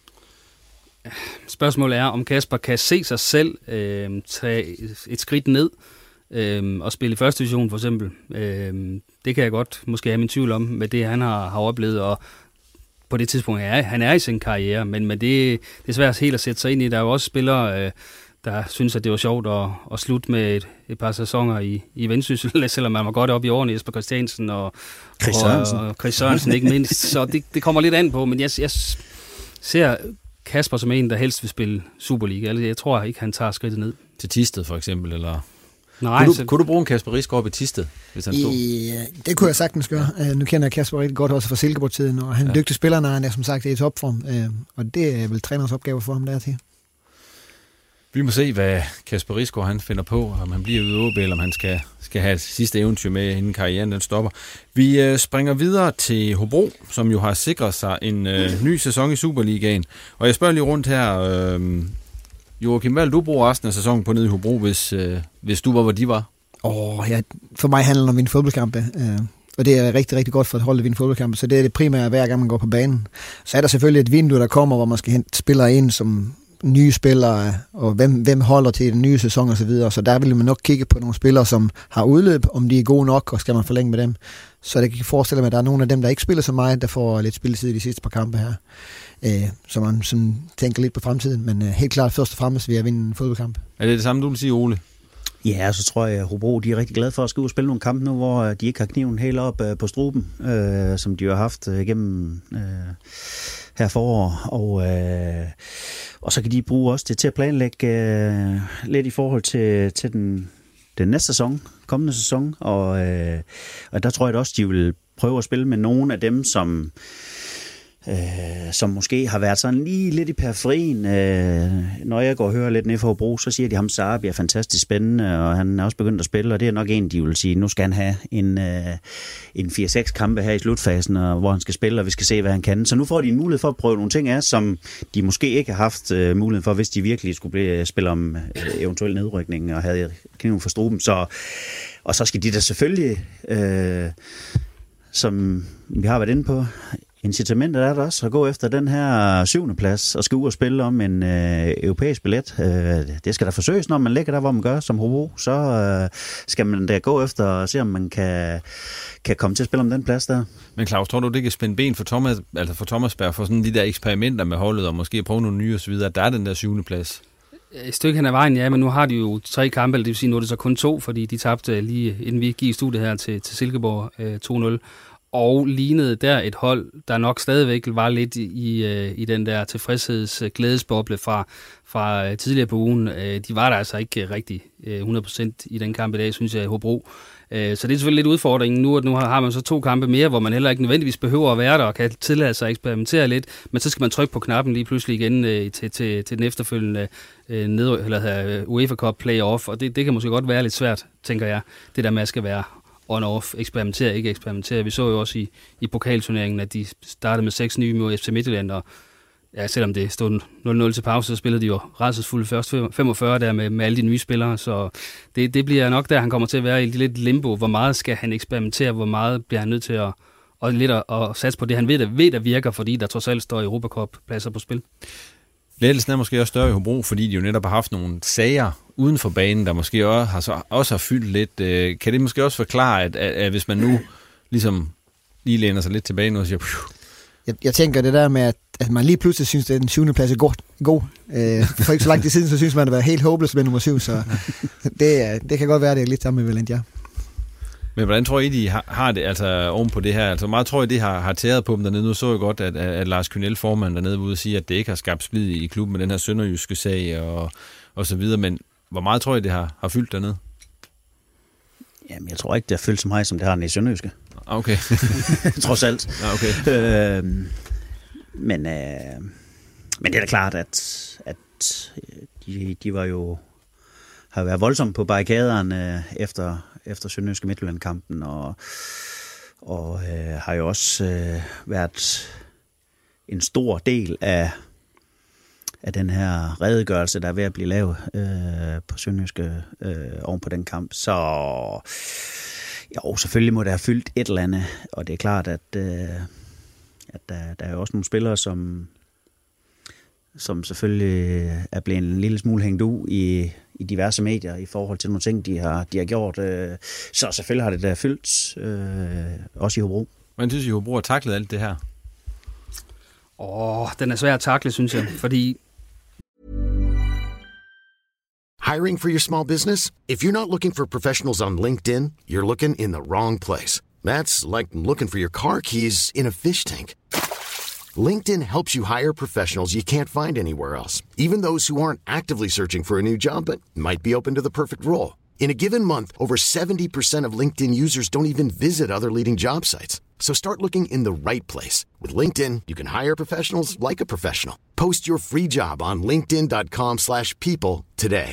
Spørgsmålet er, om Kasper kan se sig selv øh, tage et skridt ned øh, og spille i første division for eksempel. Øh, det kan jeg godt måske have min tvivl om med det, han har, har oplevet. Og på det tidspunkt er han er i sin karriere, men, men det, det er svært helt at sætte sig ind i. Der er jo også spillere, øh, der synes, at det var sjovt at, at slutte med et, et par sæsoner i, i Vendsyssel, selvom man var godt op i årene, Jesper Christiansen og Chris Sørensen, og, og Chris Sørensen ikke mindst. Så det, det kommer lidt an på, men jeg, jeg ser Kasper som en, der helst vil spille Superliga. Altså, jeg tror ikke, han tager skridtet ned. Til Thisted for eksempel, eller... Nej, kunne, du, så... kunne du bruge en Kasper Risgaard op i Thisted, hvis han stod? I, det kunne jeg sagtens gøre. Ja. Uh, nu kender jeg Kasper rigtig godt også fra Silkeborg-tiden, og han er ja. dygtig spiller, når han er som sagt i topform. Uh, og det er vel træners opgave for ham der til. Vi må se, hvad Kasper Risgaard han finder på, om han bliver ude i O B, eller om han skal, skal have et sidste eventyr med, inden karrieren den stopper. Vi øh, springer videre til Hobro, som jo har sikret sig en øh, ny sæson i Superligaen. Og jeg spørger lige rundt her, øh, Joachim, hvad vil du bruge resten af sæsonen på nede i Hobro, hvis, øh, hvis du var, hvor de var? Åh, oh, ja, for mig handler det om at vinde fodboldkampe. Øh, og det er rigtig, rigtig godt for et hold at vinde fodboldkampe, så det er det primære, hver gang man går på banen. Så er der selvfølgelig et vindue, der kommer, hvor man skal hente spillere ind, som nye spillere, og hvem, hvem holder til den nye sæson og så videre. Så der vil man nok kigge på nogle spillere, som har udløb, om de er gode nok, og skal man forlænge med dem. Så det kan forestille mig, at der er nogle af dem, der ikke spiller så meget, der får lidt spilletid i de sidste par kampe her. Øh, så man som tænker lidt på fremtiden, men øh, helt klart først og fremmest vil jeg vinde en fodboldkamp. Er det det samme, du vil sige, Ole? Ja, så tror jeg, at Hobro de er rigtig glade for at skulle ud og spille nogle kampe nu, hvor de ikke har kniven helt op øh, på struben, øh, som de har haft øh, gennem øh, her forår. Og, øh, og så kan de bruge også det til at planlægge øh, lidt i forhold til, til den, den næste sæson, kommende sæson. Og, øh, og der tror jeg også, de vil prøve at spille med nogle af dem, som... Øh, som måske har været sådan lige lidt i periferien. Øh, når jeg går og hører lidt ned for Hobro, så siger de, at ham Saab er fantastisk spændende, og han er også begyndt at spille, og det er nok en, de vil sige, nu skal han have en, øh, en fire seks kampe her i slutfasen, og hvor han skal spille, og vi skal se, hvad han kan. Så nu får de en mulighed for at prøve nogle ting af, som de måske ikke har haft øh, mulighed for, hvis de virkelig skulle blive, spille om øh, eventuel nedrykning, og havde kniven for struben. Så, og så skal de da selvfølgelig, øh, som vi har været inde på, incitamentet er der også at gå efter den her syvende plads og skal ud og spille om en øh, europæisk billet. Øh, det skal der forsøges, når man ligger der, hvor man gør som Hobro. Så øh, skal man da gå efter og se, om man kan, kan komme til at spille om den plads der. Men Claus, tror du, det kan spænde ben for Thomas, altså for Thomasberg for sådan de der eksperimenter med holdet, og måske prøve nogle nye og så videre, der er den der syvende plads? Et stykke hen ad vejen, ja, men nu har de jo tre kampe, eller det vil sige, nu er det så kun to, fordi de tabte lige inden vi gik i studiet her til, til Silkeborg øh, to nul. Og lignede der et hold, der nok stadigvæk var lidt i, i den der tilfredshedsglædesboble fra, fra tidligere på ugen. De var der altså ikke rigtig hundrede procent i den kamp i dag, synes jeg, i Hobro. Så det er selvfølgelig lidt udfordringen nu, at nu har man så to kampe mere, hvor man heller ikke nødvendigvis behøver at være der og kan tillade sig at eksperimentere lidt, men så skal man trykke på knappen lige pludselig igen til, til, til den efterfølgende ned, eller UEFA Cup playoff, og det, det kan måske godt være lidt svært, tænker jeg, det der med at skal være on-off, eksperimentere, ikke eksperimentere. Vi så jo også i, i pokalturneringen, at de startede med seks nye mod F C Midtjylland, og ja, selvom det stod nul nul til pause, så spillede de jo rædselsfulde først femogfyrre der med, med alle de nye spillere, så det, det bliver nok der, han kommer til at være i lidt limbo. Hvor meget skal han eksperimentere, hvor meget bliver han nødt til at, og lidt at, at satse på det, han ved, der, ved, der virker, fordi der trods alt står Europa Cup-pladser på spil. Lettelsen er måske også større i Hobro, fordi de jo netop har haft nogle sager uden for banen, der måske også har, så, også har fyldt lidt. Kan det måske også forklare, at, at, at hvis man nu ligesom lige læner sig lidt tilbage nu og siger... Jeg, jeg tænker det der med, at, at man lige pludselig synes, at den syvende plads er god. god. Øh, for ikke så lang tid siden, så synes man, at det var helt håbløst med nummer syv, så det, det kan godt være, at det er lidt ambivalent, ja. Men hvordan tror I, de har, har det altså oven på det her? Altså meget tror I, det har, har tæret på dem dernede. Nu så jeg godt, at, at Lars Kynel, formand dernede, var ude og sige, at det ikke har skabt splid i klubben med den her sønderjyske sag og, og så videre. Men hvor meget tror I, det har, har fyldt dernede? Jamen, jeg tror ikke, det har fyldt så meget, som det har den i sønderjyske. Okay. Trods alt. Okay. Øh, men, øh, men det er da klart, at, at de, de var jo har været voldsomme på barrikaderne efter efter Sønderjyske Midtjylland-kampen, og, og øh, har jo også øh, været en stor del af, af den her redegørelse, der er ved at blive lavet øh, på Sønderjyske øh, oven på den kamp. Så jo, selvfølgelig må det have fyldt et eller andet, og det er klart, at, øh, at der, der er jo også nogle spillere, som, som selvfølgelig er blevet en lille smule hængt ud i i diverse medier i forhold til nogle ting, de har, de har gjort. Øh, så selvfølgelig har det da fyldt, øh, også i Hobro. Hvordan synes I, Hobro har taklet alt det her? Åh, oh, den er svær at takle, synes jeg, fordi... Hiring for your small business? If you're not looking for professionals on LinkedIn, you're looking in the wrong place. That's like looking for your car keys in a fish tank. LinkedIn helps you hire professionals you can't find anywhere else, even those who aren't actively searching for a new job but might be open to the perfect role. In a given month, over seventy percent of LinkedIn users don't even visit other leading job sites. So start looking in the right place. With LinkedIn, you can hire professionals like a professional. Post your free job on linkedin dot com slash people today.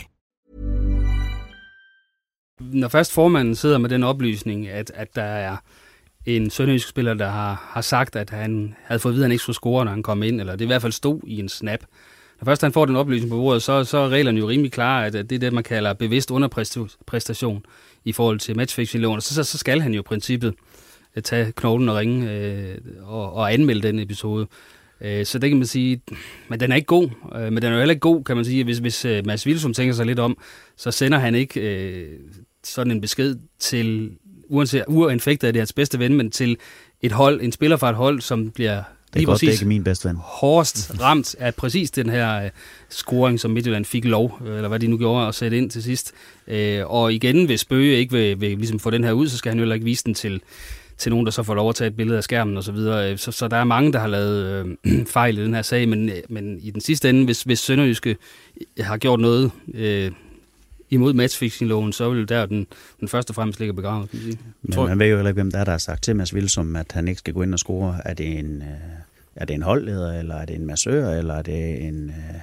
Når først formanden sidder med den oplysning, at, at der er en sønderjysk spiller, der har, har sagt, at han havde fået at vide, at han ikke skulle score, når han kom ind, eller det i hvert fald stod i en snap. Når først han får den oplysning på bordet, så, så er reglerne jo rimelig klare, at det er det, man kalder bevidst underpræstation i forhold til matchfixing-loven. Så, så, så skal han jo i princippet tage knoglen og ringe øh, og, og anmelde den episode. Øh, så det kan man sige, men den er ikke god. Øh, men den er jo heller ikke god, kan man sige, hvis, hvis uh, Mads Vilsum tænker sig lidt om, så sender han ikke øh, sådan en besked til, uanset uanfægtet af det hans bedste ven, men til et hold, en spiller fra et hold, som bliver det er godt, det er ikke min bedste ven. Hårdest ramt af præcis den her uh, scoring, som Midtjylland fik lov, eller hvad de nu gjorde, at sætte ind til sidst. Uh, og igen, hvis Bøge ikke vil, vil ligesom få den her ud, så skal han jo heller ikke vise den til, til nogen, der så får lov at tage et billede af skærmen og så videre. Så, så der er mange, der har lavet øh, fejl i den her sag, men, men i den sidste ende, hvis, hvis Sønderjyske har gjort noget øh, imod matchfixing-loven, så vil der den, den første og fremmest ligger begravet. Kan man sige. Men man ved jo heller ikke, hvem der er, der har sagt til Mads Vilsum, at han ikke skal gå ind og score. Er det en, øh, er det en holdleder, eller er det en massør, eller er det en, øh,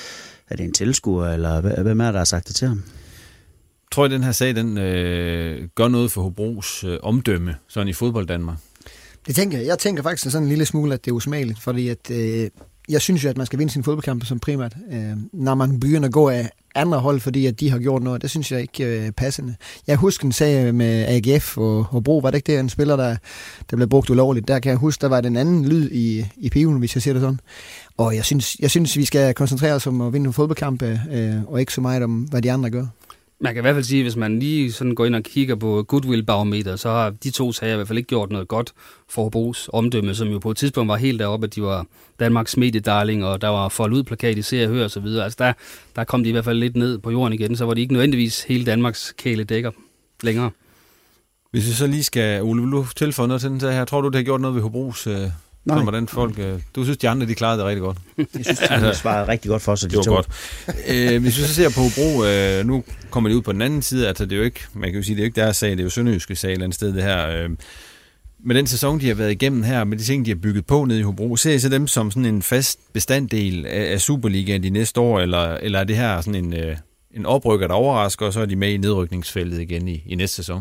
er det en tilskuer, eller hvem er der, der har sagt det til ham? Tror I, den her sag, den øh, gør noget for Hobros øh, omdømme, sådan i fodbold Danmark? Det tænker jeg. Jeg tænker faktisk sådan en lille smule, at det er usmageligt, fordi at, øh, jeg synes jo, at man skal vinde sin fodboldkamp som primært. Øh, når man begynder at gå af andre hold, fordi at de har gjort noget, det synes jeg ikke øh, passende. Jeg husker en sag med A G F og Hobro, var det ikke det, en spiller, der, der blev brugt ulovligt? Der kan jeg huske, der var den anden lyd i, i piven, hvis jeg siger det sådan. Og jeg synes, jeg synes, vi skal koncentrere os om at vinde en fodboldkamp, øh, og ikke så meget om, hvad de andre gør. Man kan i hvert fald sige, at hvis man lige sådan går ind og kigger på Goodwill-barometer, så har de to sager i hvert fald ikke gjort noget godt for Hobros omdømme, som jo på et tidspunkt var helt deroppe, at de var Danmarks mediedarling, og der var foldet ud plakat i Se og Hør og så videre. Altså der, der kom de i hvert fald lidt ned på jorden igen, så var de ikke nødvendigvis hele Danmarks kæledækker længere. Hvis vi så lige skal, Ole, vil du tilføje noget til den her? Tror du, det har gjort noget ved Hobros? Øh, sådan, hvordan folk, øh, du synes, de andre de klarede det rigtig godt? Jeg synes, de altså, svarede rigtig godt for sig, de det var to. Godt. Øh, hvis vi så ser på Hobro, øh, nu kommer de ud på den anden side, altså det er jo ikke, man kan jo sige, det er jo ikke deres sag, det er jo Sønderjyske sag et eller andet sted, det her. Øh, med den sæson, de har været igennem her, med de ting, de har bygget på nede i Hobro, ser I så dem som sådan en fast bestanddel af, af Superligaen de næste år, eller, eller er det her sådan en, øh, en oprykker, der overrasker, og så er de med i nedrykningsfeltet igen i, i næste sæson?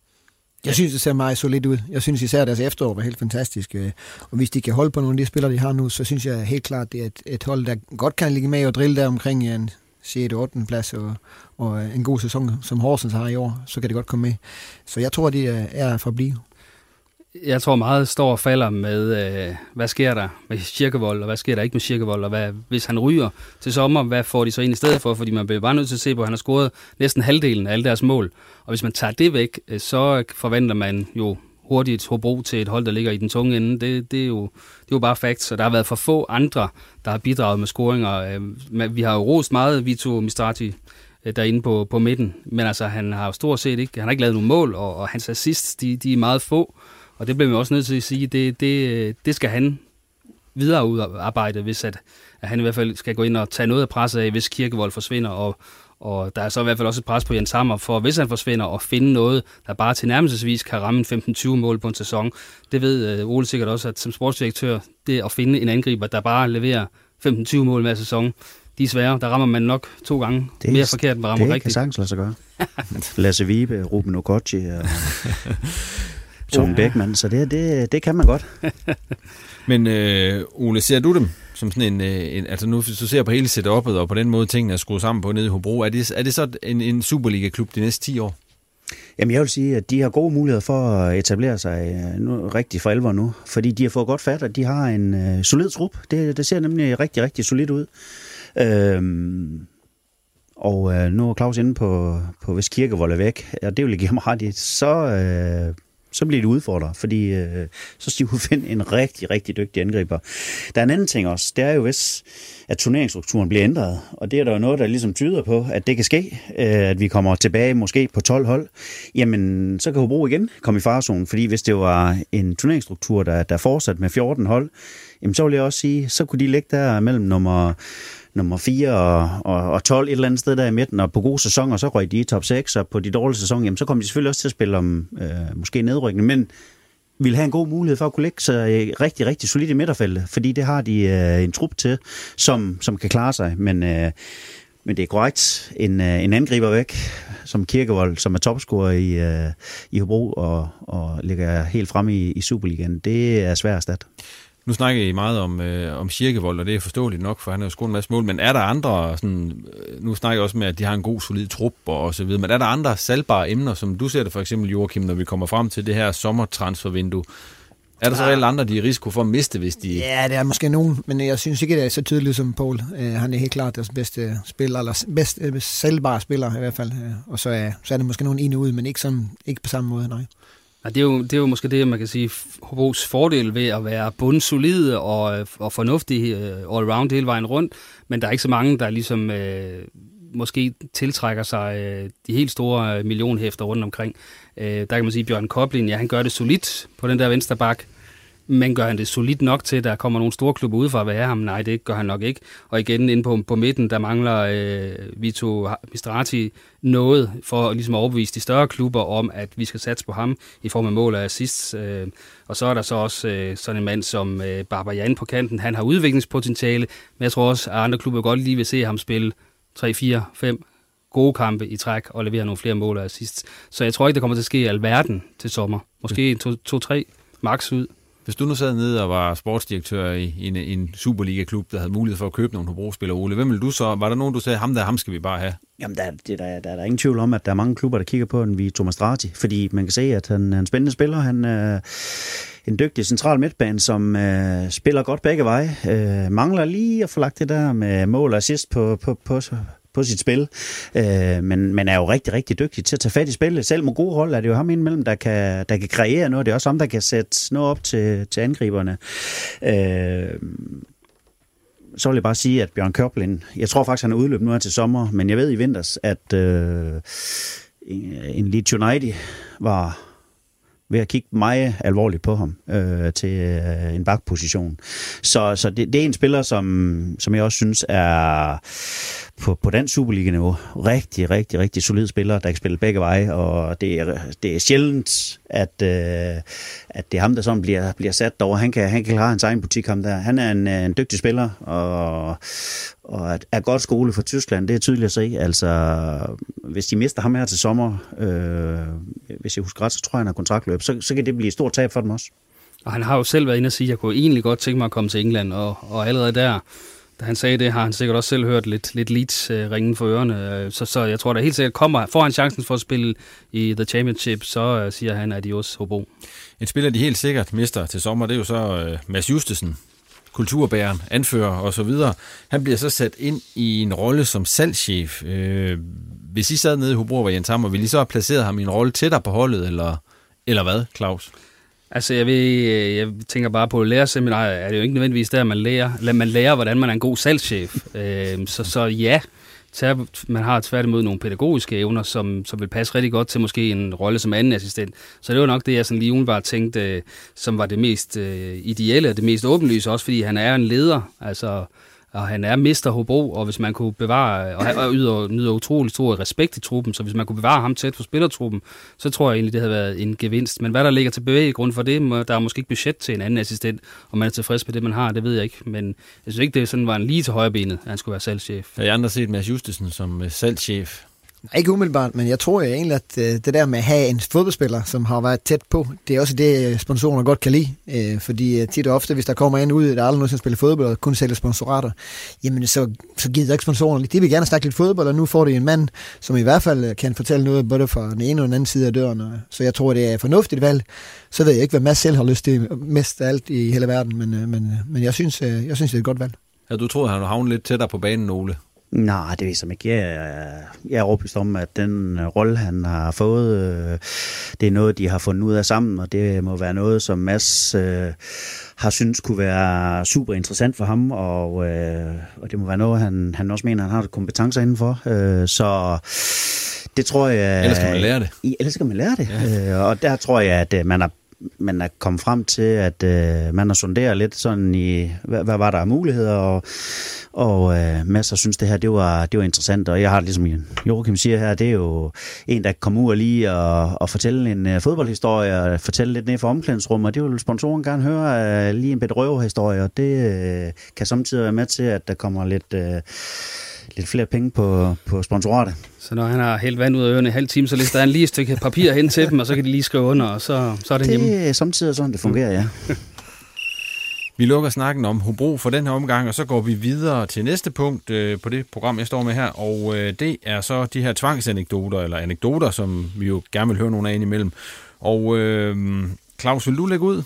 Jeg synes, det ser meget solidt ud. Jeg synes især, at deres efterår var helt fantastisk. Og hvis de kan holde på nogle af de spillere, de har nu, så synes jeg helt klart, det er et, et hold, der godt kan ligge med og drille der omkring en sjette og ottende plads og, og en god sæson, som Horsens har i år, så kan det godt komme med. Så jeg tror, de er for at blive. Jeg tror meget står og falder med, øh, hvad sker der med Kirkevold, og hvad sker der ikke med Kirkevold, og hvad, hvis han ryger til sommer, hvad får de så ind i stedet for? Fordi man bliver bare nødt til at se på, at han har scoret næsten halvdelen af alle deres mål. Og hvis man tager det væk, så forventer man jo hurtigt Hobro til et hold, der ligger i den tunge ende. Det, det, er, jo, det er jo bare facts, så der har været for få andre, der har bidraget med scoringer. Vi har jo rost meget Vito Mistrati derinde på, på midten, men altså han har jo stort set ikke, han har ikke lavet nogen mål, og, og hans assists, de, de er meget få. Og det bliver man også nødt til at sige, det, det, det skal han videre udarbejde, hvis at, at han i hvert fald skal gå ind og tage noget af presset af, hvis Kirkevold forsvinder. Og, og der er så i hvert fald også et pres på Jens Hammer for, hvis han forsvinder, og finde noget, der bare tilnærmelsesvis kan ramme femten tyve mål på en sæson. Det ved Ole sikkert også, at som sportsdirektør, det at finde en angriber, der bare leverer femten tyve mål hver sæson, de er svære. Der rammer man nok to gange det, mere forkert, end man rammer det rigtigt. Det kan sagtens lade sig gøre. Lasse Vibe, Ruben Okochi og Tom Beckmann, så det, det, det kan man godt. Men øh, Ole, ser du dem som sådan en, en altså nu hvis du ser på hele setup'et og på den måde tingene er skruet sammen på nede i Hobro, er det, er det så en, en Superliga-klub de næste ti år? Jamen jeg vil sige, at de har gode muligheder for at etablere sig nu, rigtig for alvor nu, fordi de har fået godt fat, at de har en uh, solid trup. Det, det ser nemlig rigtig, rigtig solidt ud. Øhm, og uh, nu er Claus inde på, på hvis Kirkevold er væk, og det vil jeg give ham ret i, så... Uh, så bliver det udfordret, fordi øh, så skal vi finde en rigtig, rigtig dygtig angriber. Der er en anden ting også, det er jo hvis, at turneringsstrukturen bliver ændret, og det er der jo noget, der ligesom tyder på, at det kan ske, øh, at vi kommer tilbage måske på tolv hold, jamen så kan Hobro igen komme i farezonen, fordi hvis det var en turneringsstruktur, der, der fortsat med fjorten hold, jamen så vil jeg også sige, så kunne de ligge der mellem nummer... nummer fire og, og, og tolv et eller andet sted der i midten, og på gode sæsoner, så røg de i top seks, og på de dårlige sæsoner, jamen så kommer de selvfølgelig også til at spille om øh, måske nedrykning, men vil have en god mulighed for at kunne lægge sig rigtig, rigtig solid i midterfeltet, fordi det har de øh, en trup til, som, som kan klare sig. Men, øh, men det er korrekt. En, øh, en angriber væk, som Kirkevold, som er topscorer i, øh, i Hobro og, og ligger helt fremme i, i Superligaen, det er svært at erstatte. Nu snakker I meget om, øh, om Kirkevold, og det er forståeligt nok, for han har jo scoret en masse mål, men er der andre, sådan, nu snakker jeg også med, at de har en god, solid trup og så videre, men er der andre salgbare emner, som du ser det for eksempel, Joachim, når vi kommer frem til det her sommertransfervindue? Er der så reelt andre, de er risiko for at miste, hvis de... Ja, det er måske nogen, men jeg synes ikke, det er så tydeligt som Poul. Uh, han er helt klart deres bedste spiller, eller bedst, uh, salgbare spiller i hvert fald, uh, og så er, så er det måske nogen ene ud, men ikke, sådan, ikke på samme måde, nej. Ja, det, er jo, det er jo måske det, man kan sige, Hobros fordel ved at være bundsolide og, og fornuftig uh, all-round hele vejen rundt, men der er ikke så mange, der ligesom uh, måske tiltrækker sig uh, de helt store uh, millionhæfter rundt omkring. Uh, der kan man sige, Bjørn Koblin, ja, han gør det solidt på den der venstre bak, men gør han det solidt nok til, at der kommer nogle store klubber udefra at være ham? Nej, det gør han nok ikke. Og igen, inde på, på midten, der mangler øh, Vito Mistrati noget for ligesom at overbevise de større klubber om, at vi skal satse på ham i form af mål og assists. Øh, og så er der så også øh, sådan en mand som øh, Barbarian på kanten. Han har udviklingspotentiale, men jeg tror også, at andre klubber godt lige vil se ham spille tre, fire, fem gode kampe i træk og levere nogle flere mål og assists. Så jeg tror ikke, der kommer til at ske alverden til sommer. Måske to, to tre max ud. Hvis du nu sad nede og var sportsdirektør i, i en, en Superliga-klub, der havde mulighed for at købe nogle Hobro-spillere, Ole, hvem ville du så? Var der nogen, du sagde, ham der, ham skal vi bare have? Jamen, der, det, der, der er der ingen tvivl om, at der er mange klubber, der kigger på en Vito Mistrati, fordi man kan se, at han er en spændende spiller. Han er en dygtig central midtbane, som øh, spiller godt begge veje. Øh, mangler lige at få lagt det der med mål og assist på, på, på, på sit spil, øh, men, men er jo rigtig, rigtig dygtig til at tage fat i spillet. Selv med gode hold er det jo ham indimellem, der kan, der kan kreere noget. Det er også ham, der kan sætte noget op til, til angriberne. Øh, så vil jeg bare sige, at Bjørn Koblin, jeg tror faktisk, han er udløbet nu her til sommer, men jeg ved i vinters, at øh, en Leeds United var ved at kigge meget alvorligt på ham øh, til øh, en bakposition. Så, så det, det er en spiller, som, som jeg også synes er på, på den Superliga-niveau rigtig, rigtig, rigtig solid spiller, der kan spille begge veje, og det er, det er sjældent, at, øh, at det er ham, der sådan bliver, bliver sat derovre. Han kan, han kan klare hans egen butik, ham der. Han er en, en dygtig spiller, og, og er godt skole for Tyskland, det er tydeligt at se. Altså, hvis de mister ham her til sommer, øh, hvis jeg husker ret, så tror jeg, han har kontraktløb, så, så kan det blive et stort tab for dem også. Og han har jo selv været inde og sige, at jeg kunne egentlig godt tænke mig at komme til England, og, og allerede der, da han sagde det, har han sikkert også selv hørt lidt, lidt Leeds-ringen for ørerne. Så, så jeg tror, der helt sikkert kommer, får han chancen for at spille i The Championship, så uh, siger han, adios Hobro. En spiller, de helt sikkert mister til sommer, det er jo så uh, Mads Justesen, kulturbæreren, anfører og så videre. Han bliver så sat ind i en rolle som salgschef. Uh, hvis I sad nede i Hobro og var Jens Hammer, ville I så have placeret ham i en rolle tættere på holdet, eller, eller hvad, Claus? Altså, jeg, ved, jeg tænker bare på lærerseminarer, er det jo ikke nødvendigvis der, man lærer, man lærer, hvordan man er en god salgschef. øh, så, så ja, man har tværtimod nogle pædagogiske evner, som, som vil passe rigtig godt til måske en rolle som anden assistent. Så det var nok det, jeg sådan lige umiddelbart tænkte, som var det mest øh, ideelle og det mest åbenlyse, også fordi han er en leder, altså... Og han er mister Hobro, og hvis man kunne bevare, og han yder, nyder utrolig stor respekt i truppen, så hvis man kunne bevare ham tæt på spillertruppen, så tror jeg egentlig, det havde været en gevinst. Men hvad der ligger til bevæggrund for det, der er måske ikke budget til en anden assistent, og man er tilfreds med det, man har, det ved jeg ikke. Men jeg synes ikke, det sådan var en lige til højrebenet, at han skulle være salgschef. Har I andre set Mads Justesen som salgschef? Ikke umiddelbart, men jeg tror jeg egentlig, at det der med at have en fodboldspiller, som har været tæt på, det er også det, sponsorerne godt kan lide. Fordi tit og ofte, hvis der kommer en ud, der aldrig nogensinde spiller fodbold og kun sælger sponsorater, jamen så, så gider ikke sponsorerne. De vil gerne snakke lidt fodbold, og nu får de en mand, som i hvert fald kan fortælle noget både fra den ene og den anden side af døren. Så jeg tror, det er fornuftigt valg. Så ved jeg ikke, hvad Mads selv har lyst til mest af alt i hele verden, men, men, men jeg, synes, jeg synes, det er et godt valg. Ja, du troede, han havnet lidt tættere på banen, Ole? Nej, det ved jeg ikke. Jeg, jeg er overbevist om, at den rolle, han har fået, det er noget, de har fundet ud af sammen, og det må være noget, som Mads øh, har synes kunne være super interessant for ham, og, øh, og det må være noget, han, han også mener, han har kompetencer indenfor. Øh, så det tror jeg... Ellers kan man lære det. Ellers kan man lære det. Ja. Øh, og der tror jeg, at man har man er kommet frem til, at øh, man har sonderet lidt sådan i, hvad, hvad var der af muligheder, og, og øh, masser synes det her, det var, det var interessant, og jeg har ligesom Joachim siger her, det er jo en, der kan komme ud og lige og, og fortælle en uh, fodboldhistorie, og fortælle lidt ned fra omklædningsrummet, og det vil sponsoren gerne høre, uh, lige en bedrøverhistorie, og det uh, kan samtidig være med til, at der kommer lidt... Uh, lidt flere penge på, på sponsoratet. Så når han har hældt vand ud af ørerne i halv time, så lister han lige et stykke papir hen til dem, og så kan de lige skrive under, og så, så er det, det hjemme. Det er samtidig sådan, det fungerer, ja. Vi lukker snakken om Hobro for den her omgang, og så går vi videre til næste punkt øh, på det program, jeg står med her, og øh, det er så de her tvangsanekdoter, eller anekdoter, som vi jo gerne vil høre nogle af indimellem. Og øh, Claus, vil du lægge ud?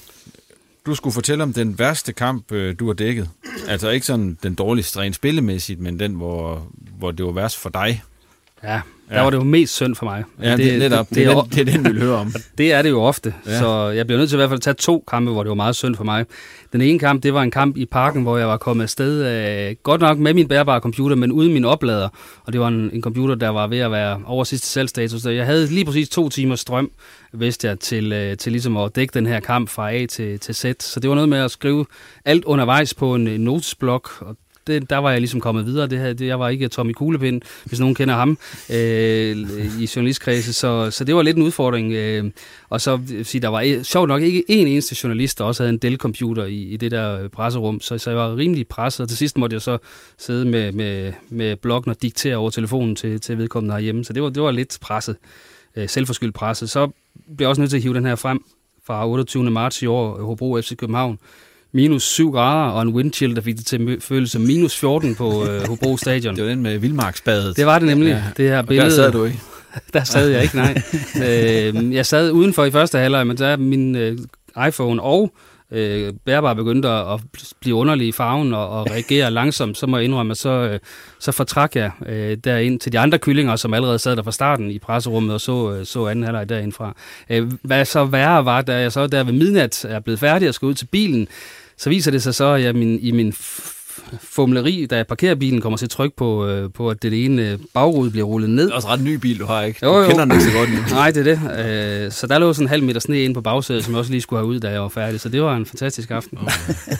Du skulle fortælle om den værste kamp, øh, du har dækket. Altså ikke sådan den dårligste rent spillemæssigt, men den, hvor, hvor det var værst for dig. Ja, der ja. var det jo mest synd for mig. Ja, det, det, netop, det, det, det, er, det er den, vi vil høre om. Det er det jo ofte, ja. Så jeg bliver nødt til i hvert fald at tage to kampe, hvor det var meget synd for mig. Den ene kamp, det var en kamp i parken, hvor jeg var kommet afsted, øh, godt nok med min bærbare computer, men uden min oplader. Og det var en, en computer, der var ved at være over sidste salgsstatus. Så jeg havde lige præcis to timers strøm, vidste jeg, til, øh, til ligesom at dække den her kamp fra A til, til Z. Så det var noget med at skrive alt undervejs på en, en notesblok, og Det, der var jeg ligesom kommet videre. Det her, det, jeg var ikke Tommy Kuglepind, hvis nogen kender ham, øh, i journalistkredse. Så, så det var lidt en udfordring. Øh, og så sige, der var sjovt nok ikke en eneste journalist, der også havde en Dell-computer i, i det der presserum. Så, så jeg var rimelig presset, og til sidst måtte jeg så sidde med, med, med bloggen og diktere over telefonen til, til vedkommende herhjemme. Så det var, det var lidt presset. Øh, selvforskyldt presset. Så blev jeg også nødt til at hive den her frem fra otteogtyvende marts i år, Hobro F C København. Minus syv grader og en windchill, der fik det til at føles som minus fjorten på øh, Hobro Stadion. Det var den med Vildmarksbadet. Det var det nemlig, ja. Det her billede. Og der sad du ikke? Der sad jeg ikke, nej. øh, jeg sad udenfor i første halvleg, men der min øh, iPhone og øh, bærbar begyndte at blive underlig i farven og, og reagere langsomt. Så må jeg indrømme, at så, øh, så fortrak jeg øh, derind til de andre kyllinger, som allerede sad der fra starten i presserummet og så, øh, så anden halvleg derindfra. Øh, hvad så værre var, da jeg så der ved midnat er blevet færdig og skal ud til bilen, så viser det sig så, at jeg min, i min fumleri, da jeg parkerer bilen, kommer til at trykke på, øh, på, at det ene øh, bagrude bliver rullet ned. Det er også ret ny bil, du har, ikke? Du jo, jo. kender den ikke så godt nu. Nej, det er det. Øh, så der lå sådan en halv meter sne inde på bagsædet, som jeg også lige skulle have ud, da jeg var færdig. Så det var en fantastisk aften. Okay.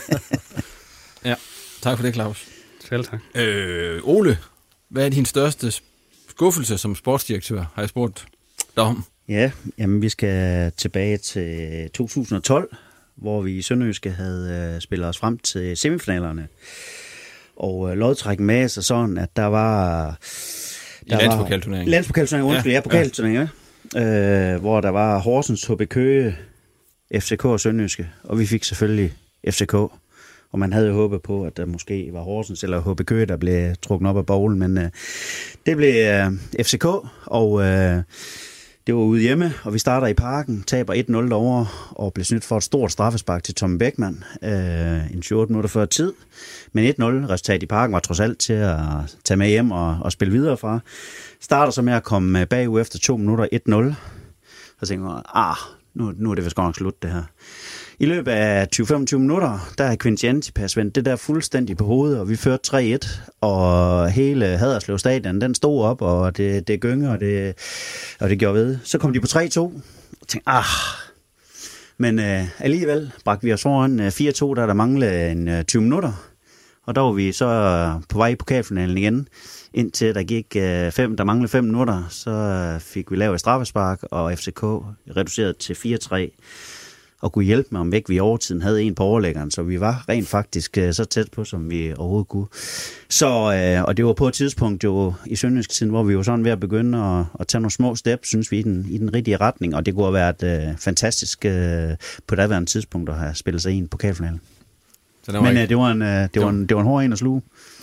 Ja, tak for det, Claus. Selv tak. Øh, Ole, hvad er din største skuffelse som sportsdirektør, har jeg spurgt dig om? Ja, jamen vi skal tilbage til to tusind og tolv, hvor vi i Sønderjyske havde øh, spillet os frem til semifinalerne. Og øh, lodtrækken med sig sådan, at der var... I landspokalturneringen. Landspokalturneringen, undskyld, ja, ja pokalturneringen, ja. Øh, hvor der var Horsens, H B Køge, F C K og Sønderjyske, og vi fik selvfølgelig F C K. Og man havde jo håbet på, at der måske var Horsens eller H B Køge, der blev trukket op af bowlen, men øh, det blev øh, F C K, og... Øh, Det var ude hjemme, og vi starter i parken, taber et nul derovre, og blev snydt for et stort straffespark til Tom Beckmann, øh, en syv otte minutter før tid. Men et nul resultat i parken var trods alt til at tage med hjem og, og spille videre fra. Starter så med at komme bagud efter to minutter, et nul. Så tænker jeg, ah, nu, nu er det vist godt nok slut det her. I løbet af tyve til femogtyve minutter, der er Quincy Antipas vendt det der fuldstændig på hovedet, og vi førte tre et, og hele Haderslev Stadion, den stod op, og det, det gynger, og det, og det gjorde ved. Så kom de på tre to, og tænkte, ah, men øh, alligevel bragte vi os foran øh, fire to, der der manglede en øh, tyve minutter, og der var vi så øh, på vej i pokalfinalen igen, indtil der gik øh, fem, der manglede fem minutter, så øh, fik vi lavet et straffespark, og F C K reduceret til fire tre, og kunne hjælpe med, om væk vi i overtiden havde en på overlæggeren, så vi var rent faktisk uh, så tæt på, som vi overhovedet kunne. Så, uh, og det var på et tidspunkt jo i Sønderjysk tiden, hvor vi jo sådan ved at begynde at, at tage nogle små steps, synes vi, i den, i den rigtige retning, og det kunne have været uh, fantastisk uh, på daværende tidspunkt at have spillet sig i en pokalfinale. Men uh, det, var en, uh, det, var en, det var en hård en at sluge.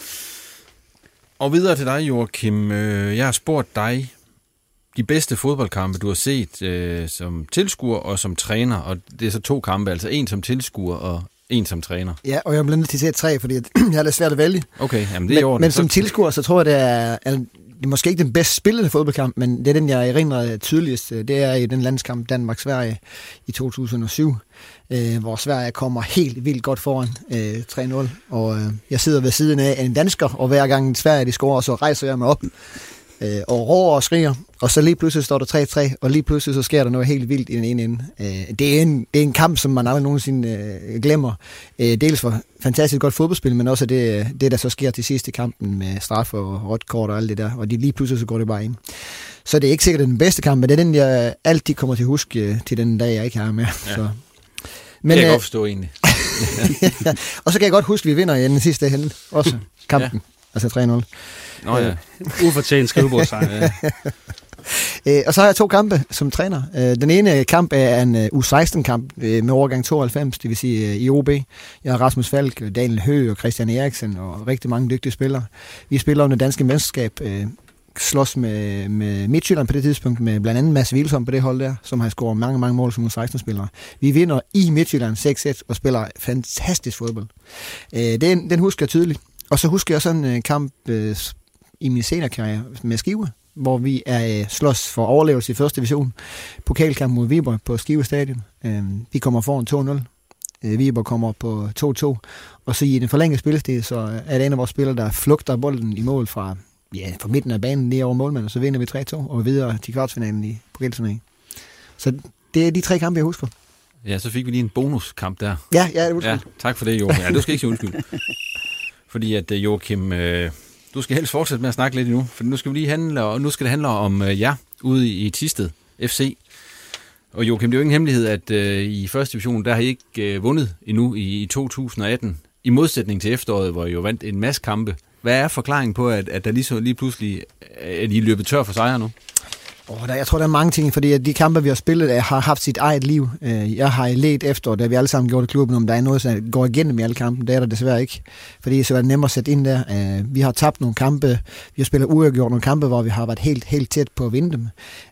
Og videre til dig, Joachim. Jeg har spurgt dig, de bedste fodboldkampe, du har set øh, som tilskuer og som træner, og det er så to kampe, altså en som tilskuer og en som træner. Ja, og jeg bliver nødt til at se tre, fordi jeg har det svært at vælge. Okay, jamen det er i orden. Men, men som tilskuer, så tror jeg, det er, er, det er måske ikke den bedst spillende fodboldkamp, men det er den, jeg erindrer tydeligst. Det er i den landskamp Danmark-Sverige i to tusind og syv, øh, hvor Sverige kommer helt vildt godt foran øh, tre nul, og øh, jeg sidder ved siden af en dansker, og hver gang Sverige de scorer, så rejser jeg mig op. øh, og råber og skriger, og så lige pludselig står der tre tre, og lige pludselig så sker der noget helt vildt i den ene ende. Øh, det, er en, det er en kamp, som man aldrig nogensinde øh, glemmer. Øh, dels for fantastisk godt fodboldspil, men også det, det, der så sker til sidst i kampen med straf og rødt kort og alt det der, og de lige pludselig så går det bare ind. Så det er ikke sikkert den bedste kamp, men det er den, jeg altid kommer til at huske øh, til den dag, jeg ikke har med. Ja. Så. Men, det kan jeg øh, godt forstå egentlig. ja. Og så kan jeg godt huske, at vi vinder i den sidste hende også kampen, ja. Altså tre nul. Nå ja, ufortjent skrivebordsejr. Ja. Øh, og så har jeg to kampe som træner. Øh, den ene kamp er en U seksten-kamp øh, med overgang tooghalvfems, det vil sige øh, i O B. Jeg har Rasmus Falk, Daniel Høgh og Christian Eriksen og rigtig mange dygtige spillere. Vi spiller under danske mesterskab, øh, slås med, med Midtjylland på det tidspunkt, med blandt andet Mads Wilson på det hold der, som har scoret mange, mange mål som U seksten-spillere. Vi vinder i Midtjylland seks et og spiller fantastisk fodbold. Øh, den, den husker jeg tydeligt. Og så husker jeg sådan en kamp øh, i min seniorkarriere med Skive, hvor vi er øh, slås for overlevelse i første division. Pokalkamp mod Viborg på Skive Stadion. Øh, vi kommer foran to nul. Øh, Viborg kommer på to to. Og så i den forlængede spilletid, så er det en af vores spillere, der flugter bolden i mål fra, ja, fra midten af banen lige over målmanden, og så vinder vi tre to og videre til kvartfinalen i pokalturneringen. Så det er de tre kampe, jeg husker. Ja, så fik vi lige en bonuskamp der. Ja, ja, det er undskyld. Ja, tak for det, Joachim. Ja, du skal ikke sige undskyld. Fordi at Joachim, øh, du skal helst fortsætte med at snakke lidt endnu, for nu skal vi lige handle, og nu skal det handle om øh, jer ude i, i Thisted F C. Og Joachim, det er jo ingen hemmelighed, at øh, i første division, der har I ikke øh, vundet endnu i, i to tusind atten, i modsætning til efteråret, hvor I jo vandt en masse kampe. Hvad er forklaringen på, at, at der lige så lige pludselig er I løbet tør for sejre nu? Oh, der, jeg tror, der er mange ting, fordi de kampe, vi har spillet, har haft sit eget liv. Jeg har let efter, da vi alle sammen gjorde det i klubben, om der er noget, der går igennem i alle kampen. Det er der desværre ikke, fordi så er det nemmere at sætte ind der. Vi har tabt nogle kampe, vi har spillet uafgjort nogle kampe, hvor vi har været helt, helt tæt på at vinde dem.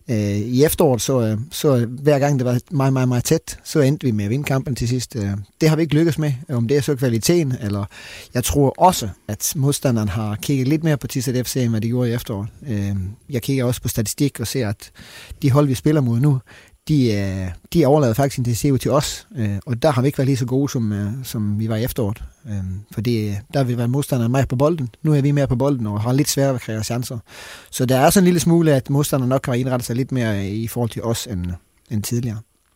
I efteråret, så, så hver gang det var meget, meget, meget tæt, så endte vi med at vinde kampen til sidst. Det har vi ikke lykkes med, om det er så kvaliteten, eller jeg tror også, at modstanderen har kigget lidt mere på Thisted F C, end hvad de gjorde i efteråret. Jeg kigger også på statistik og ser, at de hold, vi spiller mod nu, de, de overlader faktisk initiativer til os, og der har vi ikke været lige så gode, som, som vi var i efteråret. Fordi der har vi været modstandere mere på bolden. Nu er vi mere på bolden og har lidt sværere at kreere chancer. Så der er sådan en lille smule, at modstanderne nok kan indrette sig lidt mere i forhold til os end, end tidligere.